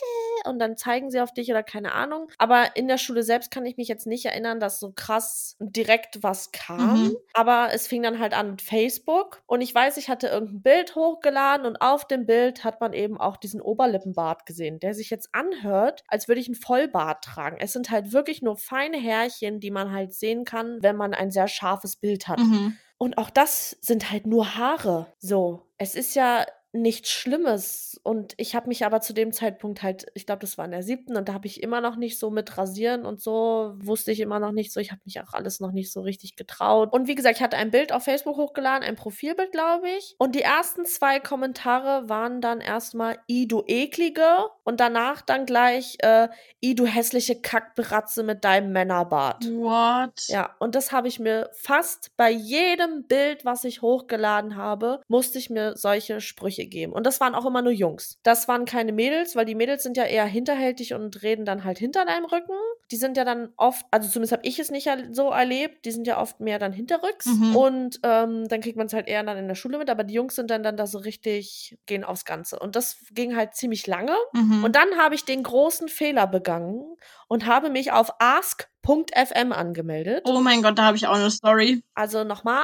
S2: dann zeigen sie auf dich oder keine Ahnung. Aber in der Schule selbst kann ich mich jetzt nicht erinnern, dass so krass direkt was kam. Aber es fing dann halt an mit Facebook. Und ich weiß, ich hatte irgendein Bild hochgeladen und auf dem Bild hat man eben auch diesen Oberlippenbart gesehen, der sich jetzt anhört, als würde ich einen Vollbart tragen. Es sind halt wirklich nur feine Härchen, die man halt sehen kann, wenn man ein sehr scharfes Bild hat. Und auch das sind halt nur Haare. So, es ist ja nichts Schlimmes. Und ich habe mich aber zu dem Zeitpunkt halt, ich glaube, das war in der 7. und da habe ich immer noch nicht so mit Rasieren und so, wusste ich immer noch nicht so. Ich habe mich auch alles noch nicht so richtig getraut. Und wie gesagt, ich hatte ein Bild auf Facebook hochgeladen, ein Profilbild, glaube ich. Und die ersten 2 Kommentare waren dann erstmal, du eklige. Und danach dann gleich, du hässliche Kackbratze mit deinem Männerbart.
S3: What?
S2: Ja, und das habe ich mir fast bei jedem Bild, was ich hochgeladen habe, musste ich mir solche Sprüche geben. Und das waren auch immer nur Jungs. Das waren keine Mädels, weil die Mädels sind ja eher hinterhältig und reden dann halt hinter deinem Rücken. Die sind ja dann oft, also zumindest habe ich es nicht so erlebt, die sind ja oft mehr dann hinterrücks. Und dann kriegt man es halt eher dann in der Schule mit, aber die Jungs sind dann da so richtig, gehen aufs Ganze. Und das ging halt ziemlich lange. Und dann habe ich den großen Fehler begangen und habe mich auf ask.fm angemeldet.
S3: Oh mein Gott, da habe ich auch eine Story.
S2: Also nochmal,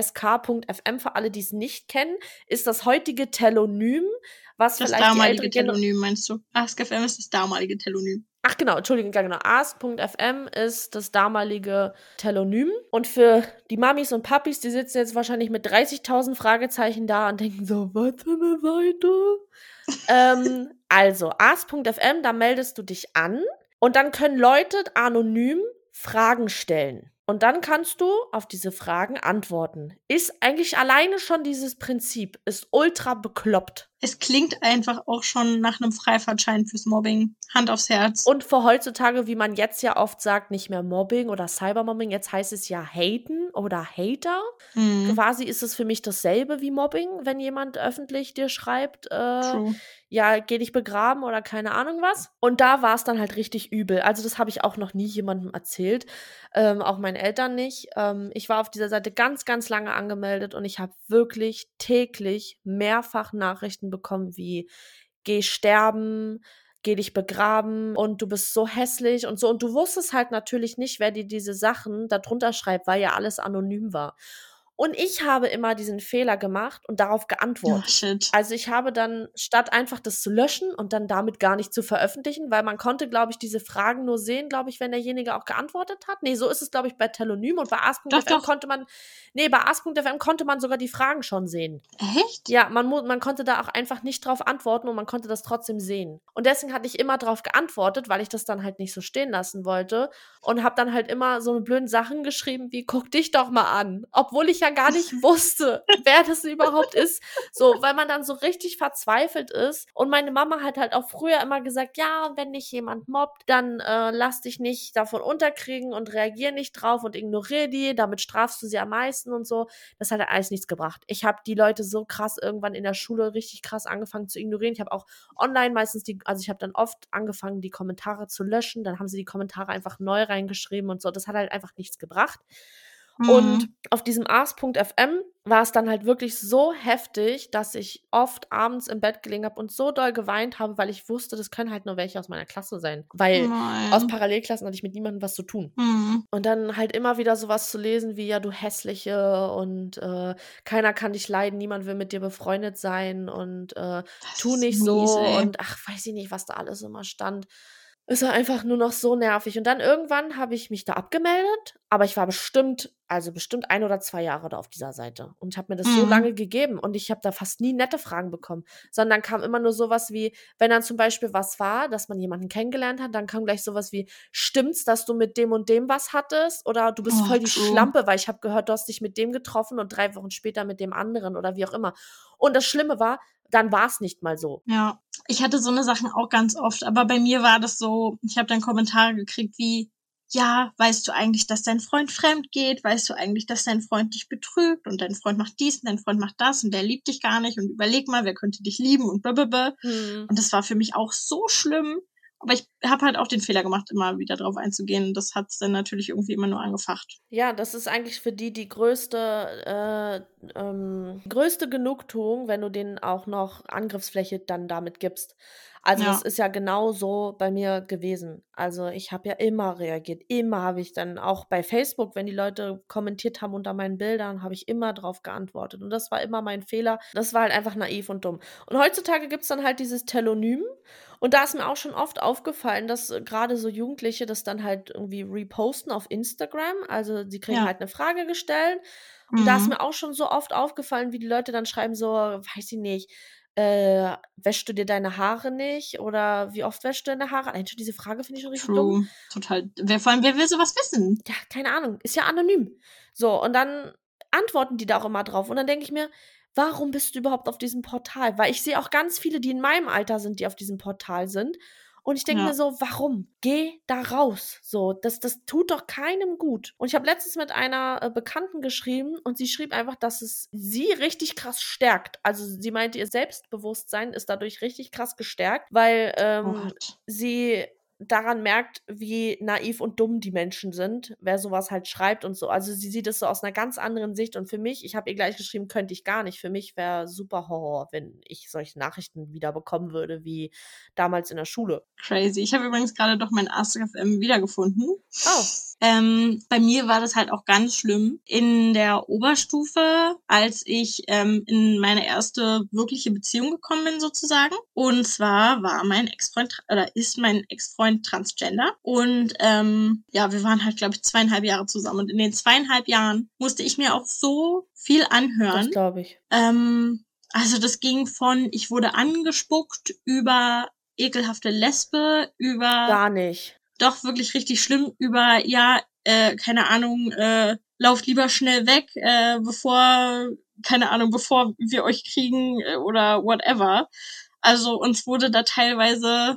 S2: ask.fm, für alle, die es nicht kennen, ist das heutige Telonym, was
S3: Das
S2: vielleicht
S3: damalige Telonym, meinst du? Ask.fm ist das damalige Telonym.
S2: Ach genau, Entschuldigung, genau. ask.fm ist das damalige Telonym. Und für die Mamis und Papis, die sitzen jetzt wahrscheinlich mit 30.000 Fragezeichen da und denken so, was für eine Seite? Also, ask.fm, da meldest du dich an und dann können Leute anonym Fragen stellen. Und dann kannst du auf diese Fragen antworten. Ist eigentlich alleine schon dieses Prinzip, ist ultra bekloppt.
S3: Es klingt einfach auch schon nach einem Freifahrtschein fürs Mobbing. Hand aufs Herz.
S2: Und für heutzutage, wie man jetzt ja oft sagt, nicht mehr Mobbing oder Cybermobbing, jetzt heißt es ja Haten oder Hater. Quasi ist es für mich dasselbe wie Mobbing, wenn jemand öffentlich dir schreibt,
S3: True.
S2: ja, geh dich begraben oder keine Ahnung was. Und da war es dann halt richtig übel. Also das habe ich auch noch nie jemandem erzählt, auch meinen Eltern nicht. Ich war auf dieser Seite ganz, ganz lange angemeldet und ich habe wirklich täglich mehrfach Nachrichten bekommen wie, geh sterben, geh dich begraben und du bist so hässlich und so. Und du wusstest halt natürlich nicht, wer dir diese Sachen da drunter schreibt, weil ja alles anonym war. Und ich habe immer diesen Fehler gemacht und darauf
S3: Oh,
S2: geantwortet.
S3: shit.
S2: Also ich habe dann, statt einfach das zu löschen und dann damit gar nicht zu veröffentlichen, weil man konnte, glaube ich, diese Fragen nur sehen, glaube ich, wenn derjenige auch geantwortet hat. Nee, so ist es, glaube ich, bei Telonym und bei Ask.fm
S3: Doch.
S2: konnte man, bei Ask.fm konnte man sogar die Fragen schon sehen.
S3: Echt?
S2: Ja, man konnte da auch einfach nicht drauf antworten und man konnte das trotzdem sehen. Und deswegen hatte ich immer drauf geantwortet, weil ich das dann halt nicht so stehen lassen wollte und habe dann halt immer so eine blöden Sachen geschrieben wie, guck dich doch mal an. Obwohl ich ja gar nicht wusste, wer das überhaupt ist. So, weil man dann so richtig verzweifelt ist. Und meine Mama hat halt auch früher immer gesagt, ja, wenn dich jemand mobbt, dann lass dich nicht davon unterkriegen und reagier nicht drauf und ignoriere die, damit strafst du sie am meisten und so. Das hat halt alles nichts gebracht. Ich habe die Leute so krass irgendwann in der Schule richtig krass angefangen zu ignorieren. Ich habe auch online meistens ich habe dann oft angefangen, die Kommentare zu löschen. Dann haben sie die Kommentare einfach neu reingeschrieben und so. Das hat halt einfach nichts gebracht. Und auf diesem Ask.fm war es dann halt wirklich so heftig, dass ich oft abends im Bett gelegen habe und so doll geweint habe, weil ich wusste, das können halt nur welche aus meiner Klasse sein. Weil aus Parallelklassen hatte ich mit niemandem was zu tun. Und dann halt immer wieder sowas zu lesen wie, ja, du Hässliche und keiner kann dich leiden, niemand will mit dir befreundet sein und tu nicht
S3: mies,
S2: so
S3: ey.
S2: und ach, weiß ich nicht, was da alles immer stand. Es war einfach nur noch so nervig. Und dann irgendwann habe ich mich da abgemeldet, aber ich war bestimmt 1 oder 2 Jahre da auf dieser Seite und habe mir das so lange gegeben und ich habe da fast nie nette Fragen bekommen, sondern kam immer nur sowas wie, wenn dann zum Beispiel was war, dass man jemanden kennengelernt hat, dann kam gleich sowas wie, stimmt's, dass du mit dem und dem was hattest? Oder du bist voll die
S3: true.
S2: Schlampe, weil ich habe gehört, du hast dich mit dem getroffen und 3 Wochen später mit dem anderen oder wie auch immer. Und das Schlimme war, dann war es nicht mal so.
S3: Ja, ich hatte so eine Sachen auch ganz oft, aber bei mir war das so, ich habe dann Kommentare gekriegt wie, ja, weißt du eigentlich, dass dein Freund fremd geht? Weißt du eigentlich, dass dein Freund dich betrügt und dein Freund macht dies und dein Freund macht das und der liebt dich gar nicht und überleg mal, wer könnte dich lieben und blablabla. Und das war für mich auch so schlimm. Aber ich habe halt auch den Fehler gemacht, immer wieder drauf einzugehen. Das hat's dann natürlich irgendwie immer nur angefacht.
S2: Ja, das ist eigentlich für die größte Genugtuung, wenn du denen auch noch Angriffsfläche dann damit gibst. Also das
S3: Ja.
S2: ist ja genau so bei mir gewesen. Also ich habe ja immer reagiert. Immer habe ich dann auch bei Facebook, wenn die Leute kommentiert haben unter meinen Bildern, habe ich immer drauf geantwortet. Und das war immer mein Fehler. Das war halt einfach naiv und dumm. Und heutzutage gibt's dann halt dieses Telonym. Und da ist mir auch schon oft aufgefallen, dass gerade so Jugendliche das dann halt irgendwie reposten auf Instagram. Also sie kriegen
S3: Ja.
S2: halt eine Frage gestellt. Und da ist mir auch schon so oft aufgefallen, wie die Leute dann schreiben so, weiß ich nicht, wäschst du dir deine Haare nicht? Oder wie oft wäschst du deine Haare? Allein schon diese Frage finde ich schon richtig dumm.
S3: True. Total. Vor allem, wer will sowas wissen?
S2: Ja, keine Ahnung, ist ja anonym. So, und dann antworten die da auch immer drauf. Und dann denke ich mir, warum bist du überhaupt auf diesem Portal? Weil ich sehe auch ganz viele, die in meinem Alter sind, die auf diesem Portal sind. Und ich denke
S3: Ja.
S2: mir so, warum? Geh da raus. So, das tut doch keinem gut. Und ich habe letztens mit einer Bekannten geschrieben und sie schrieb einfach, dass es sie richtig krass stärkt. Also sie meinte, ihr Selbstbewusstsein ist dadurch richtig krass gestärkt, weil
S3: Gott.
S2: sie daran merkt, wie naiv und dumm die Menschen sind, wer sowas halt schreibt und so. Also sie sieht es so aus einer ganz anderen Sicht und für mich, ich habe ihr gleich geschrieben, könnte ich gar nicht. Für mich wäre super Horror, wenn ich solche Nachrichten wieder bekommen würde, wie damals in der Schule.
S3: Crazy. Ich habe übrigens gerade doch mein Ask.fm wiedergefunden.
S2: Oh.
S3: Bei mir war das halt auch ganz schlimm. In der Oberstufe, als ich in meine erste wirkliche Beziehung gekommen bin sozusagen. Und zwar war mein Ex-Freund oder ist mein Ex-Freund Transgender. Und ja, wir waren halt, glaube ich, 2,5 Jahre zusammen. Und in den 2,5 Jahren musste ich mir auch so viel anhören.
S2: Das glaube ich.
S3: Also das ging von, ich wurde angespuckt, über ekelhafte Lesbe, über...
S2: Gar nicht.
S3: Doch, wirklich richtig schlimm, über, ja, keine Ahnung, lauft lieber schnell weg, bevor wir euch kriegen oder whatever. Also uns wurden da teilweise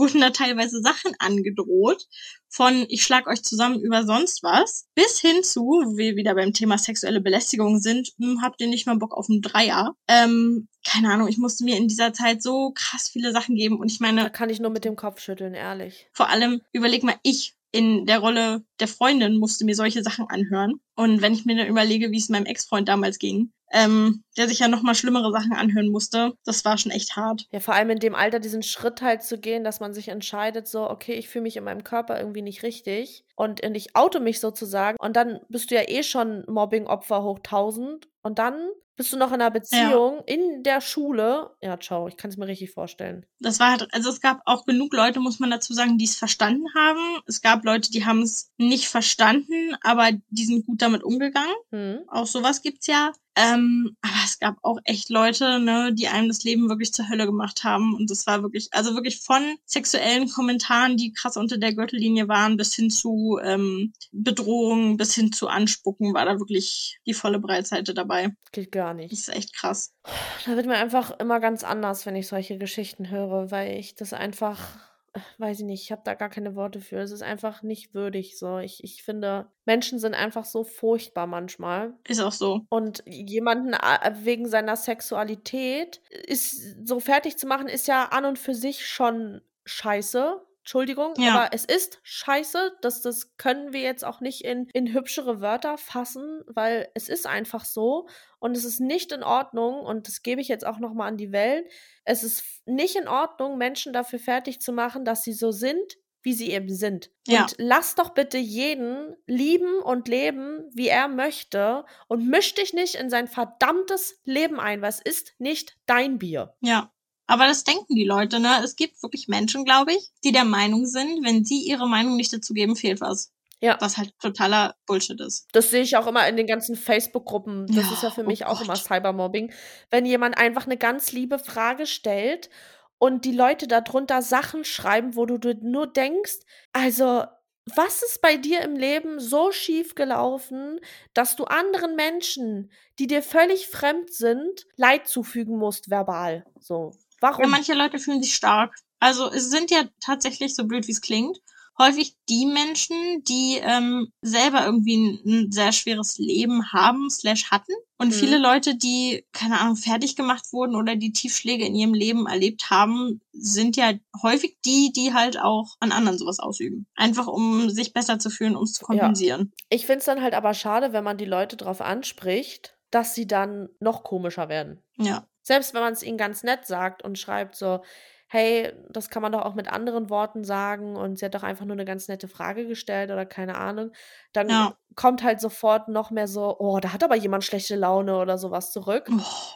S3: Sachen angedroht, von ich schlag euch zusammen über sonst was, bis hin zu, wo wir wieder beim Thema sexuelle Belästigung sind, habt ihr nicht mal Bock auf einen Dreier? Keine Ahnung, ich musste mir in dieser Zeit so krass viele Sachen geben und ich meine...
S2: Da kann ich nur mit dem Kopf schütteln, ehrlich.
S3: Vor allem, überleg mal, ich in der Rolle der Freundin musste mir solche Sachen anhören. Und wenn ich mir dann überlege, wie es meinem Ex-Freund damals ging, der sich ja noch mal schlimmere Sachen anhören musste, das war schon echt hart.
S2: Ja, vor allem in dem Alter diesen Schritt halt zu gehen, dass man sich entscheidet, so, okay, ich fühle mich in meinem Körper irgendwie nicht richtig und ich oute mich sozusagen und dann bist du ja eh schon Mobbing-Opfer hoch 1000 und dann bist du noch in einer Beziehung in der Schule. Ja, ciao, ich kann es mir richtig vorstellen.
S3: Das war halt, also es gab auch genug Leute, muss man dazu sagen, die es verstanden haben. Es gab Leute, die haben es nicht verstanden, aber die sind gut damit umgegangen. Auch sowas gibt's ja. Aber es gab auch echt Leute, ne, die einem das Leben wirklich zur Hölle gemacht haben. Und das war wirklich, also wirklich von sexuellen Kommentaren, die krass unter der Gürtellinie waren, bis hin zu Bedrohungen, bis hin zu Anspucken, war da wirklich die volle Breitseite dabei.
S2: Geht gar nicht.
S3: Das ist echt krass.
S2: Da wird mir einfach immer ganz anders, wenn ich solche Geschichten höre, weil ich das einfach, weiß ich nicht, ich habe da gar keine Worte für. Es ist einfach nicht würdig so. Ich finde, Menschen sind einfach so furchtbar manchmal.
S3: Ist auch so.
S2: Und jemanden wegen seiner Sexualität so fertig zu machen, ist ja an und für sich schon scheiße. Entschuldigung, aber es ist scheiße. Das können wir jetzt auch nicht in hübschere Wörter fassen, weil es ist einfach so. Und es ist nicht in Ordnung, und das gebe ich jetzt auch nochmal an die Welt, es ist nicht in Ordnung, Menschen dafür fertig zu machen, dass sie so sind, wie sie eben sind.
S3: Ja.
S2: Und lass doch bitte jeden lieben und leben, wie er möchte, und misch dich nicht in sein verdammtes Leben ein, weil es ist nicht dein Bier.
S3: Ja. Aber das denken die Leute, ne? Es gibt wirklich Menschen, glaube ich, die der Meinung sind, wenn sie ihre Meinung nicht dazu geben, fehlt was.
S2: Ja.
S3: Was halt totaler Bullshit ist.
S2: Das sehe ich auch immer in den ganzen Facebook-Gruppen. Das ist ja für mich auch immer Cybermobbing. Wenn jemand einfach eine ganz liebe Frage stellt und die Leute darunter Sachen schreiben, wo du nur denkst, also, was ist bei dir im Leben so schief gelaufen, dass du anderen Menschen, die dir völlig fremd sind, Leid zufügen musst, verbal? So, warum?
S3: Ja, manche Leute fühlen sich stark. Also es sind ja tatsächlich, so blöd wie es klingt, häufig die Menschen, die selber irgendwie ein sehr schweres Leben haben / hatten. Und viele Leute, die, keine Ahnung, fertig gemacht wurden oder die Tiefschläge in ihrem Leben erlebt haben, sind ja häufig die halt auch an anderen sowas ausüben. Einfach um sich besser zu fühlen, um es zu kompensieren.
S2: Ja. Ich finde es dann halt aber schade, wenn man die Leute darauf anspricht, dass sie dann noch komischer werden.
S3: Ja.
S2: Selbst wenn man es ihnen ganz nett sagt und schreibt so, hey, das kann man doch auch mit anderen Worten sagen und sie hat doch einfach nur eine ganz nette Frage gestellt oder keine Ahnung, dann kommt halt sofort noch mehr so, oh, da hat aber jemand schlechte Laune oder sowas zurück.
S3: Oh,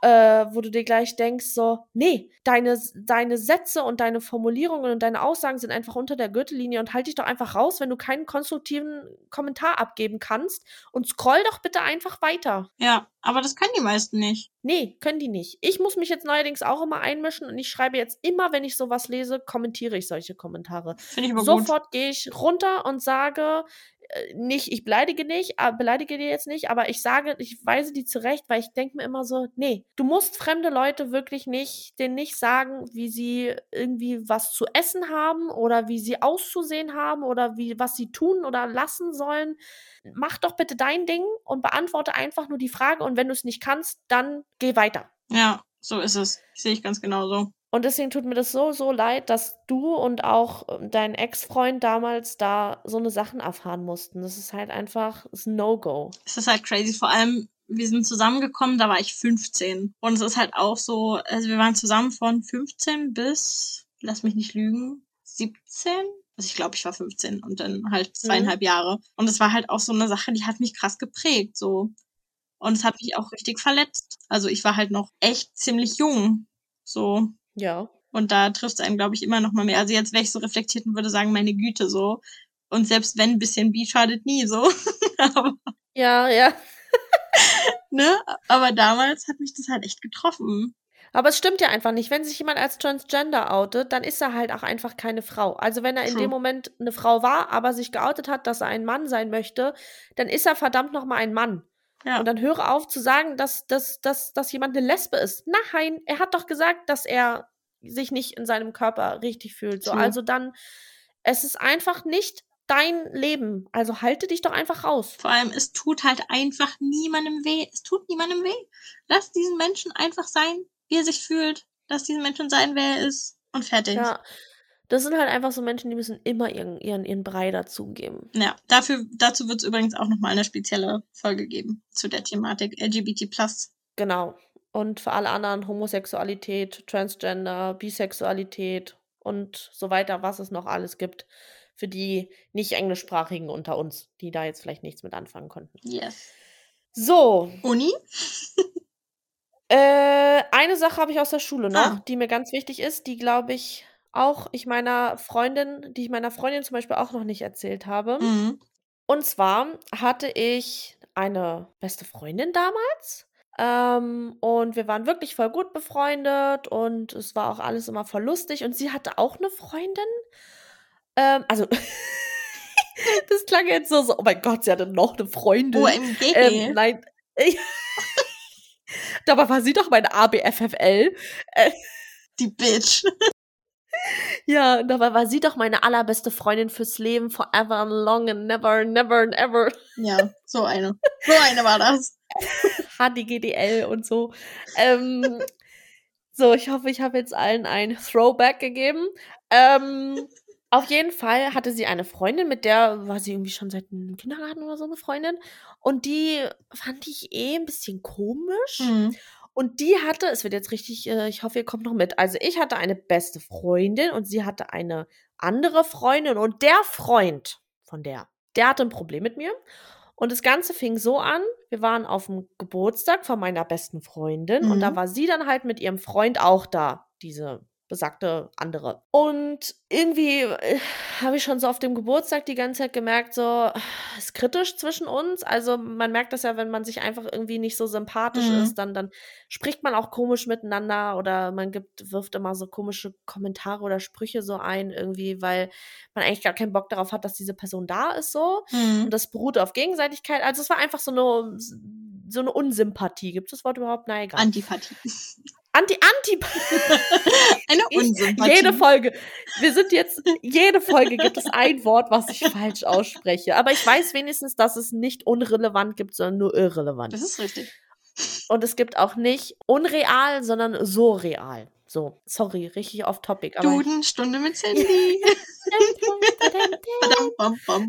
S2: wo du dir gleich denkst so, nee, deine Sätze und deine Formulierungen und deine Aussagen sind einfach unter der Gürtellinie und halt dich doch einfach raus, wenn du keinen konstruktiven Kommentar abgeben kannst, und scroll doch bitte einfach weiter.
S3: Ja, aber das können die meisten nicht.
S2: Nee, können die nicht. Ich muss mich jetzt neuerdings auch immer einmischen und ich schreibe jetzt immer, wenn ich sowas lese, kommentiere ich solche Kommentare.
S3: Finde ich aber
S2: Sofort gehe ich runter und sage, nicht, ich beleidige dir jetzt nicht, aber ich weise die zurecht, weil ich denke mir immer so, nee, du musst fremde Leute wirklich denen nicht sagen, wie sie irgendwie was zu essen haben oder wie sie auszusehen haben oder was sie tun oder lassen sollen. Mach doch bitte dein Ding und beantworte einfach nur die Frage, und wenn du es nicht kannst, dann geh weiter.
S3: Ja, so ist es. Sehe ich ganz genauso.
S2: Und deswegen tut mir das so, so leid, dass du und auch dein Ex-Freund damals da so eine Sachen erfahren mussten. Das ist halt einfach ein No-Go.
S3: Es ist halt crazy. Vor allem, wir sind zusammengekommen, da war ich 15. Und es ist halt auch so, also wir waren zusammen von 15 bis, lass mich nicht lügen, 17? Also ich glaube, ich war 15 und dann halt 2,5 Jahre. Und es war halt auch so eine Sache, die hat mich krass geprägt, so. Und es hat mich auch richtig verletzt. Also ich war halt noch echt ziemlich jung, so.
S2: Ja.
S3: Und da trifft es einen, glaube ich, immer noch mal mehr. Also jetzt wäre ich so reflektiert und würde sagen, meine Güte, so. Und selbst wenn, ein bisschen Bi schadet nie, so. Aber,
S2: ja.
S3: ne? Aber damals hat mich das halt echt getroffen.
S2: Aber es stimmt ja einfach nicht. Wenn sich jemand als Transgender outet, dann ist er halt auch einfach keine Frau. Also wenn er in
S3: True.
S2: dem Moment eine Frau war, aber sich geoutet hat, dass er ein Mann sein möchte, dann ist er verdammt nochmal ein Mann.
S3: Ja.
S2: Und dann höre auf zu sagen, dass jemand eine Lesbe ist. Nein, er hat doch gesagt, dass er sich nicht in seinem Körper richtig fühlt. So,
S3: True.
S2: also dann, es ist einfach nicht dein Leben. Also halte dich doch einfach raus.
S3: Vor allem, es tut halt einfach niemandem weh. Es tut niemandem weh. Lass diesen Menschen einfach sein, wie er sich fühlt. Lass diesen Menschen sein, wer er ist. Und fertig.
S2: Ja, das sind halt einfach so Menschen, die müssen immer ihren Brei dazugeben.
S3: Ja, dazu wird es übrigens auch nochmal eine spezielle Folge geben zu der Thematik LGBT+.
S2: Genau. Und für alle anderen Homosexualität, Transgender, Bisexualität und so weiter, was es noch alles gibt, für die nicht englischsprachigen unter uns, die da jetzt vielleicht nichts mit anfangen konnten.
S3: Yes.
S2: So,
S3: Uni?
S2: eine Sache habe ich aus der Schule noch,
S3: Ah.
S2: die mir ganz wichtig ist, die glaube ich auch die ich meiner Freundin zum Beispiel auch noch nicht erzählt habe.
S3: Mhm.
S2: Und zwar hatte ich eine beste Freundin damals. Und wir waren wirklich voll gut befreundet und es war auch alles immer voll lustig. Und sie hatte auch eine Freundin. Also, das klang jetzt so, oh mein Gott, sie hatte noch eine Freundin.
S3: OMG.
S2: Nein. Dabei war sie doch meine ABFFL.
S3: Die Bitch.
S2: Ja, dabei war sie doch meine allerbeste Freundin fürs Leben, forever and long and never, never and ever.
S3: Ja, so eine. So eine war das.
S2: HDGDL und so. So, ich hoffe, ich habe jetzt allen ein Throwback gegeben. Auf jeden Fall hatte sie eine Freundin, mit der war sie irgendwie schon seit dem Kindergarten oder so befreundet. Und die fand ich ein bisschen komisch.
S3: Mhm.
S2: Und die hatte, es wird jetzt richtig, ich hoffe, ihr kommt noch mit. Also ich hatte eine beste Freundin und sie hatte eine andere Freundin. Und der Freund von der hatte ein Problem mit mir. Und das Ganze fing so an, wir waren auf dem Geburtstag von meiner besten Freundin und da war sie dann halt mit ihrem Freund auch da, diese besagte andere. Und irgendwie habe ich schon so auf dem Geburtstag die ganze Zeit gemerkt, so, es ist kritisch zwischen uns. Also man merkt das ja, wenn man sich einfach irgendwie nicht so sympathisch ist, dann spricht man auch komisch miteinander oder man wirft immer so komische Kommentare oder Sprüche so ein irgendwie, weil man eigentlich gar keinen Bock darauf hat, dass diese Person da ist so. Und das beruht auf Gegenseitigkeit. Also es war einfach so eine Unsympathie. Gibt es das Wort überhaupt? Nein, egal.
S3: Antipathie.
S2: Eine
S3: Unsympathie.
S2: Jede Folge gibt es ein Wort, was ich falsch ausspreche. Aber ich weiß wenigstens, dass es nicht unrelevant gibt, sondern nur irrelevant.
S3: Das ist richtig.
S2: Und es gibt auch nicht unreal, sondern so real. So, sorry, richtig off topic. Aber
S3: Dudenstunde mit Sandy. Badam, bam, bam.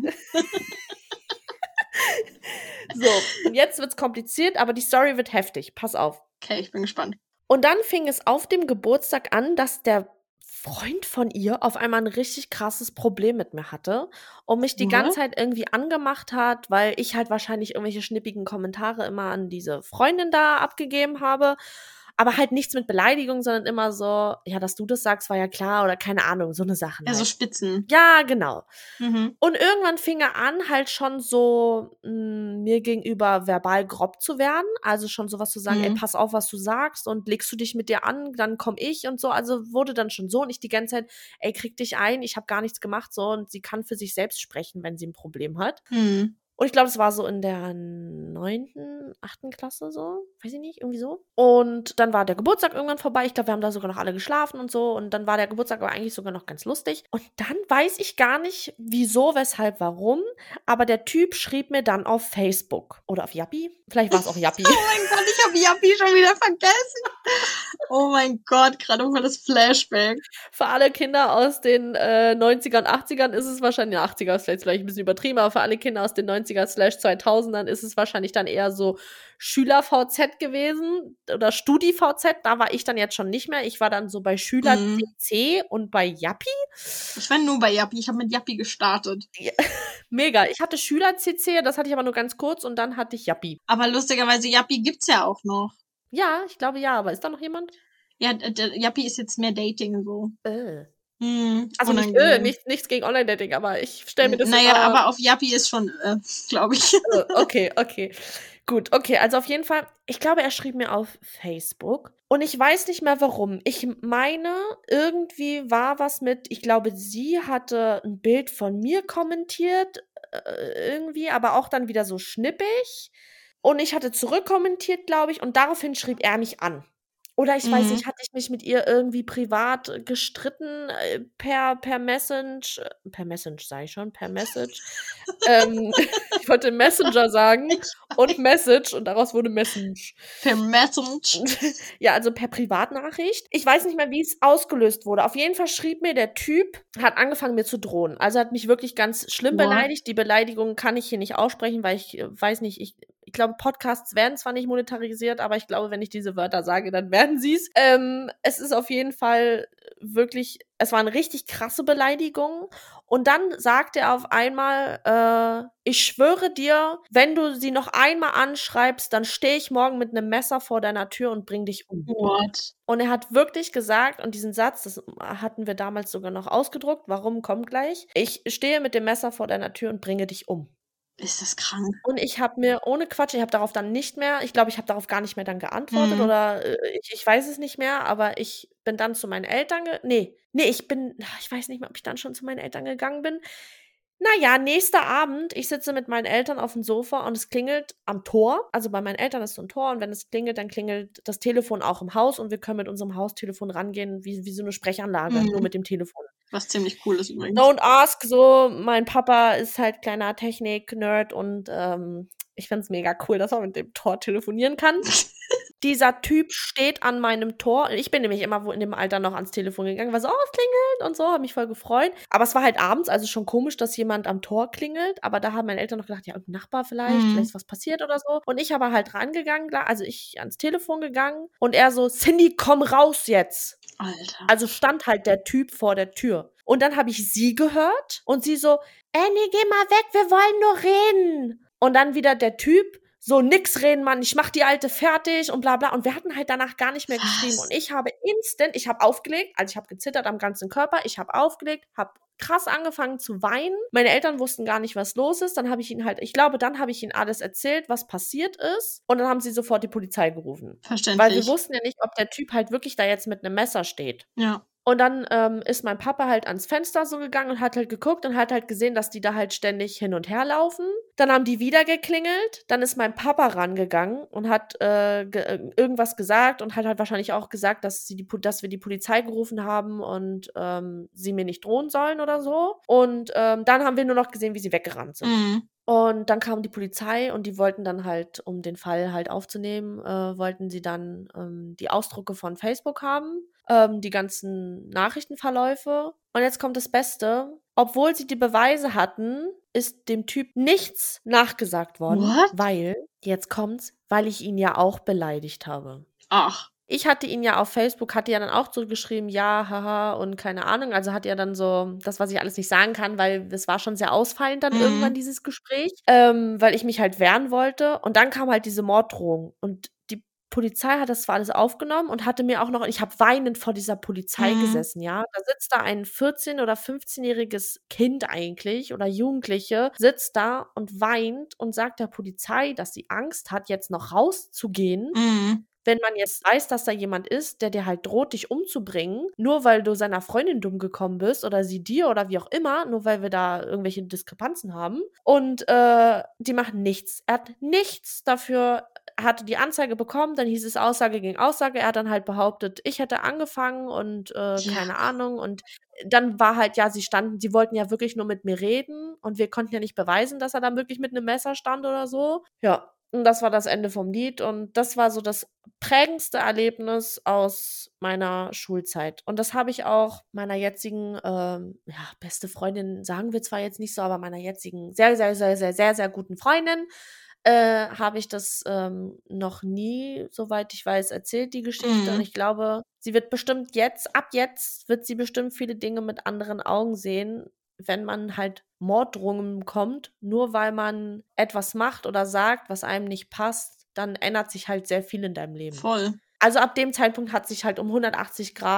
S2: So, und jetzt wird's kompliziert, aber die Story wird heftig. Pass auf.
S3: Okay, ich bin gespannt.
S2: Und dann fing es auf dem Geburtstag an, dass der Freund von ihr auf einmal ein richtig krasses Problem mit mir hatte und mich die ganze Zeit irgendwie angemacht hat, weil ich halt wahrscheinlich irgendwelche schnippigen Kommentare immer an diese Freundin da abgegeben habe. Aber halt nichts mit Beleidigung, sondern immer so, ja, dass du das sagst, war ja klar oder keine Ahnung, so eine Sache.
S3: Ja, so Spitzen.
S2: Ja, genau.
S3: Mhm.
S2: Und irgendwann fing er an, halt schon so mir gegenüber verbal grob zu werden. Also schon sowas zu sagen, ey, pass auf, was du sagst und legst du dich mit dir an, dann komm ich und so. Also wurde dann schon so und ich die ganze Zeit, ey, krieg dich ein, ich habe gar nichts gemacht so und sie kann für sich selbst sprechen, wenn sie ein Problem hat.
S3: Mhm.
S2: Und ich glaube, es war so in der 9., 8. Klasse so, weiß ich nicht, irgendwie so. Und dann war der Geburtstag irgendwann vorbei. Ich glaube, wir haben da sogar noch alle geschlafen und so. Und dann war der Geburtstag aber eigentlich sogar noch ganz lustig. Und dann weiß ich gar nicht, wieso, weshalb, warum. Aber der Typ schrieb mir dann auf Facebook oder auf Yappi. Vielleicht war es auch Yappi.
S3: Oh mein Gott, ich habe Yappi schon wieder vergessen. Oh mein Gott, gerade voll das Flashback.
S2: Für alle Kinder aus den 90ern, 80ern ist es wahrscheinlich, 80er ist vielleicht ein bisschen übertrieben, aber für alle Kinder aus den 90er/2000ern ist es wahrscheinlich dann eher so Schüler-VZ gewesen oder Studi-VZ. Da war ich dann jetzt schon nicht mehr. Ich war dann so bei Schüler-CC und bei Yappi.
S3: Ich war nur bei Yappi. Ich habe mit Yappi gestartet.
S2: Ja, mega. Ich hatte Schüler-CC, das hatte ich aber nur ganz kurz und dann hatte ich Yappi.
S3: Aber lustigerweise, Yappi gibt's ja auch noch.
S2: Ja, ich glaube ja, aber ist da noch jemand?
S3: Ja, Yappi ist jetzt mehr Dating so.
S2: Also nichts gegen Online-Dating, aber ich stelle mir das
S3: aber auf Yappi ist schon, glaube ich.
S2: Okay. Gut, okay, also auf jeden Fall, ich glaube, er schrieb mir auf Facebook und ich weiß nicht mehr warum. Ich meine, irgendwie war was mit, ich glaube, sie hatte ein Bild von mir kommentiert, irgendwie, aber auch dann wieder so schnippig. Und ich hatte zurückkommentiert, glaube ich, und daraufhin schrieb er mich an. Oder ich weiß nicht, hatte ich mich mit ihr irgendwie privat gestritten, per Message, per Message sage ich schon, per Message. Ich wollte Messenger sagen und Message und daraus wurde Message.
S3: Per Message.
S2: Ja, also per Privatnachricht. Ich weiß nicht mehr, wie es ausgelöst wurde. Auf jeden Fall schrieb mir der Typ, hat angefangen mir zu drohen. Also hat mich wirklich ganz schlimm
S3: What?
S2: beleidigt. Die Beleidigung kann ich hier nicht aussprechen, weil ich weiß nicht, ich glaube, Podcasts werden zwar nicht monetarisiert, aber ich glaube, wenn ich diese Wörter sage, dann werden sie es. Es ist auf jeden Fall wirklich, es war eine richtig krasse Beleidigung. Und dann sagte er auf einmal, ich schwöre dir, wenn du sie noch einmal anschreibst, dann stehe ich morgen mit einem Messer vor deiner Tür und bring dich um.
S3: What?
S2: Und er hat wirklich gesagt, und diesen Satz, das hatten wir damals sogar noch ausgedruckt, warum, kommt gleich. Ich stehe mit dem Messer vor deiner Tür und bringe dich um.
S3: Ist das krank?
S2: Und ich habe mir ohne Quatsch, ich habe darauf dann nicht mehr, ich glaube, ich habe darauf gar nicht mehr dann geantwortet oder ich weiß es nicht mehr, aber ich bin dann zu meinen Eltern, ich weiß nicht mehr, ob ich dann schon zu meinen Eltern gegangen bin. Naja, nächster Abend, ich sitze mit meinen Eltern auf dem Sofa und es klingelt am Tor. Also bei meinen Eltern ist so ein Tor und wenn es klingelt, dann klingelt das Telefon auch im Haus und wir können mit unserem Haustelefon rangehen, wie so eine Sprechanlage, nur mit dem Telefon.
S3: Was ziemlich cool ist übrigens.
S2: Don't ask, so, mein Papa ist halt kleiner Technik-Nerd und ich find's mega cool, dass er mit dem Tor telefonieren kann. Dieser Typ steht an meinem Tor. Ich bin nämlich immer in dem Alter noch ans Telefon gegangen, war so, es klingelt und so, habe mich voll gefreut. Aber es war halt abends, also schon komisch, dass jemand am Tor klingelt. Aber da haben meine Eltern noch gedacht, ja, irgendein Nachbar vielleicht ist was passiert oder so. Und ich aber halt rangegangen, also ich ans Telefon gegangen und er so, Cindy, komm raus jetzt.
S3: Alter.
S2: Also stand halt der Typ vor der Tür. Und dann habe ich sie gehört und sie so, nee, geh mal weg, wir wollen nur reden. Und dann wieder der Typ, so, nix reden, Mann, ich mach die Alte fertig und bla bla. Und wir hatten halt danach gar nicht mehr geschrieben. Und ich habe aufgelegt, also ich habe gezittert am ganzen Körper, ich habe aufgelegt, habe krass angefangen zu weinen. Meine Eltern wussten gar nicht, was los ist. Dann habe ich ihnen alles erzählt, was passiert ist. Und dann haben sie sofort die Polizei gerufen.
S3: Verständlich.
S2: Weil wir wussten ja nicht, ob der Typ halt wirklich da jetzt mit einem Messer steht.
S3: Ja.
S2: Und dann ist mein Papa halt ans Fenster so gegangen und hat halt geguckt und hat halt gesehen, dass die da halt ständig hin und her laufen. Dann haben die wieder geklingelt. Dann ist mein Papa rangegangen und hat irgendwas gesagt und hat halt wahrscheinlich auch gesagt, dass wir die Polizei gerufen haben und sie mir nicht drohen sollen oder so. Und dann haben wir nur noch gesehen, wie sie weggerannt sind. Und dann kam die Polizei und die wollten dann halt, um den Fall halt aufzunehmen, wollten sie dann die Ausdrucke von Facebook haben, die ganzen Nachrichtenverläufe. Und jetzt kommt das Beste. Obwohl sie die Beweise hatten, ist dem Typ nichts nachgesagt worden.
S3: What?
S2: Weil ich ihn ja auch beleidigt habe.
S3: Ach.
S2: Ich hatte ihn ja auf Facebook, hatte ja dann auch zurückgeschrieben, ja, haha, und keine Ahnung. Also hat er dann so das, was ich alles nicht sagen kann, weil es war schon sehr ausfallend dann irgendwann, dieses Gespräch, weil ich mich halt wehren wollte. Und dann kam halt diese Morddrohung. Und die Polizei hat das zwar alles aufgenommen und hatte mir auch noch, ich habe weinend vor dieser Polizei gesessen, ja. Da sitzt da ein 14- oder 15-jähriges Kind eigentlich oder Jugendliche, sitzt da und weint und sagt der Polizei, dass sie Angst hat, jetzt noch rauszugehen. Wenn man jetzt weiß, dass da jemand ist, der dir halt droht, dich umzubringen, nur weil du seiner Freundin dumm gekommen bist oder sie dir oder wie auch immer, nur weil wir da irgendwelche Diskrepanzen haben. Und die machen nichts. Er hat nichts dafür, hatte die Anzeige bekommen, dann hieß es Aussage gegen Aussage. Er hat dann halt behauptet, ich hätte angefangen und keine Ahnung. Und dann war halt, ja, sie wollten ja wirklich nur mit mir reden und wir konnten ja nicht beweisen, dass er dann wirklich mit einem Messer stand oder so. Ja. Und das war das Ende vom Lied. Und das war so das prägendste Erlebnis aus meiner Schulzeit. Und das habe ich auch meiner jetzigen, beste Freundin, sagen wir zwar jetzt nicht so, aber meiner jetzigen sehr, sehr, sehr, sehr, sehr, sehr guten Freundin, habe ich das noch nie, soweit ich weiß, erzählt, die Geschichte. Und ich glaube, sie wird bestimmt ab jetzt wird sie bestimmt viele Dinge mit anderen Augen sehen, wenn man halt Morddrohungen bekommt, nur weil man etwas macht oder sagt, was einem nicht passt, dann ändert sich halt sehr viel in deinem Leben.
S3: Voll.
S2: Also ab dem Zeitpunkt hat sich halt um 180 Grad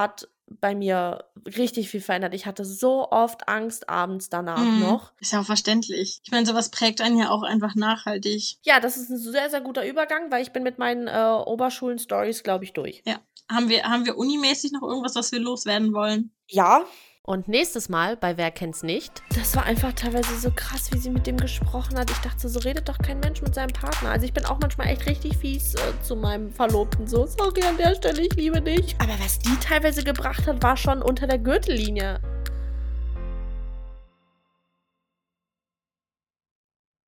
S2: bei mir richtig viel verändert. Ich hatte so oft Angst abends danach noch.
S3: Ist ja auch verständlich. Ich meine, sowas prägt einen ja auch einfach nachhaltig.
S2: Ja, das ist ein sehr, sehr guter Übergang, weil ich bin mit meinen Oberschulen-Stories, glaube ich, durch.
S3: Ja. Haben wir unimäßig noch irgendwas, was wir loswerden wollen?
S2: Ja.
S4: Und nächstes Mal bei Wer kennt's nicht?
S2: Das war einfach teilweise so krass, wie sie mit dem gesprochen hat. Ich dachte, so redet doch kein Mensch mit seinem Partner. Also ich bin auch manchmal echt richtig fies zu meinem Verlobten. So, sorry an der Stelle, ich liebe dich. Aber was die teilweise gebracht hat, war schon unter der Gürtellinie.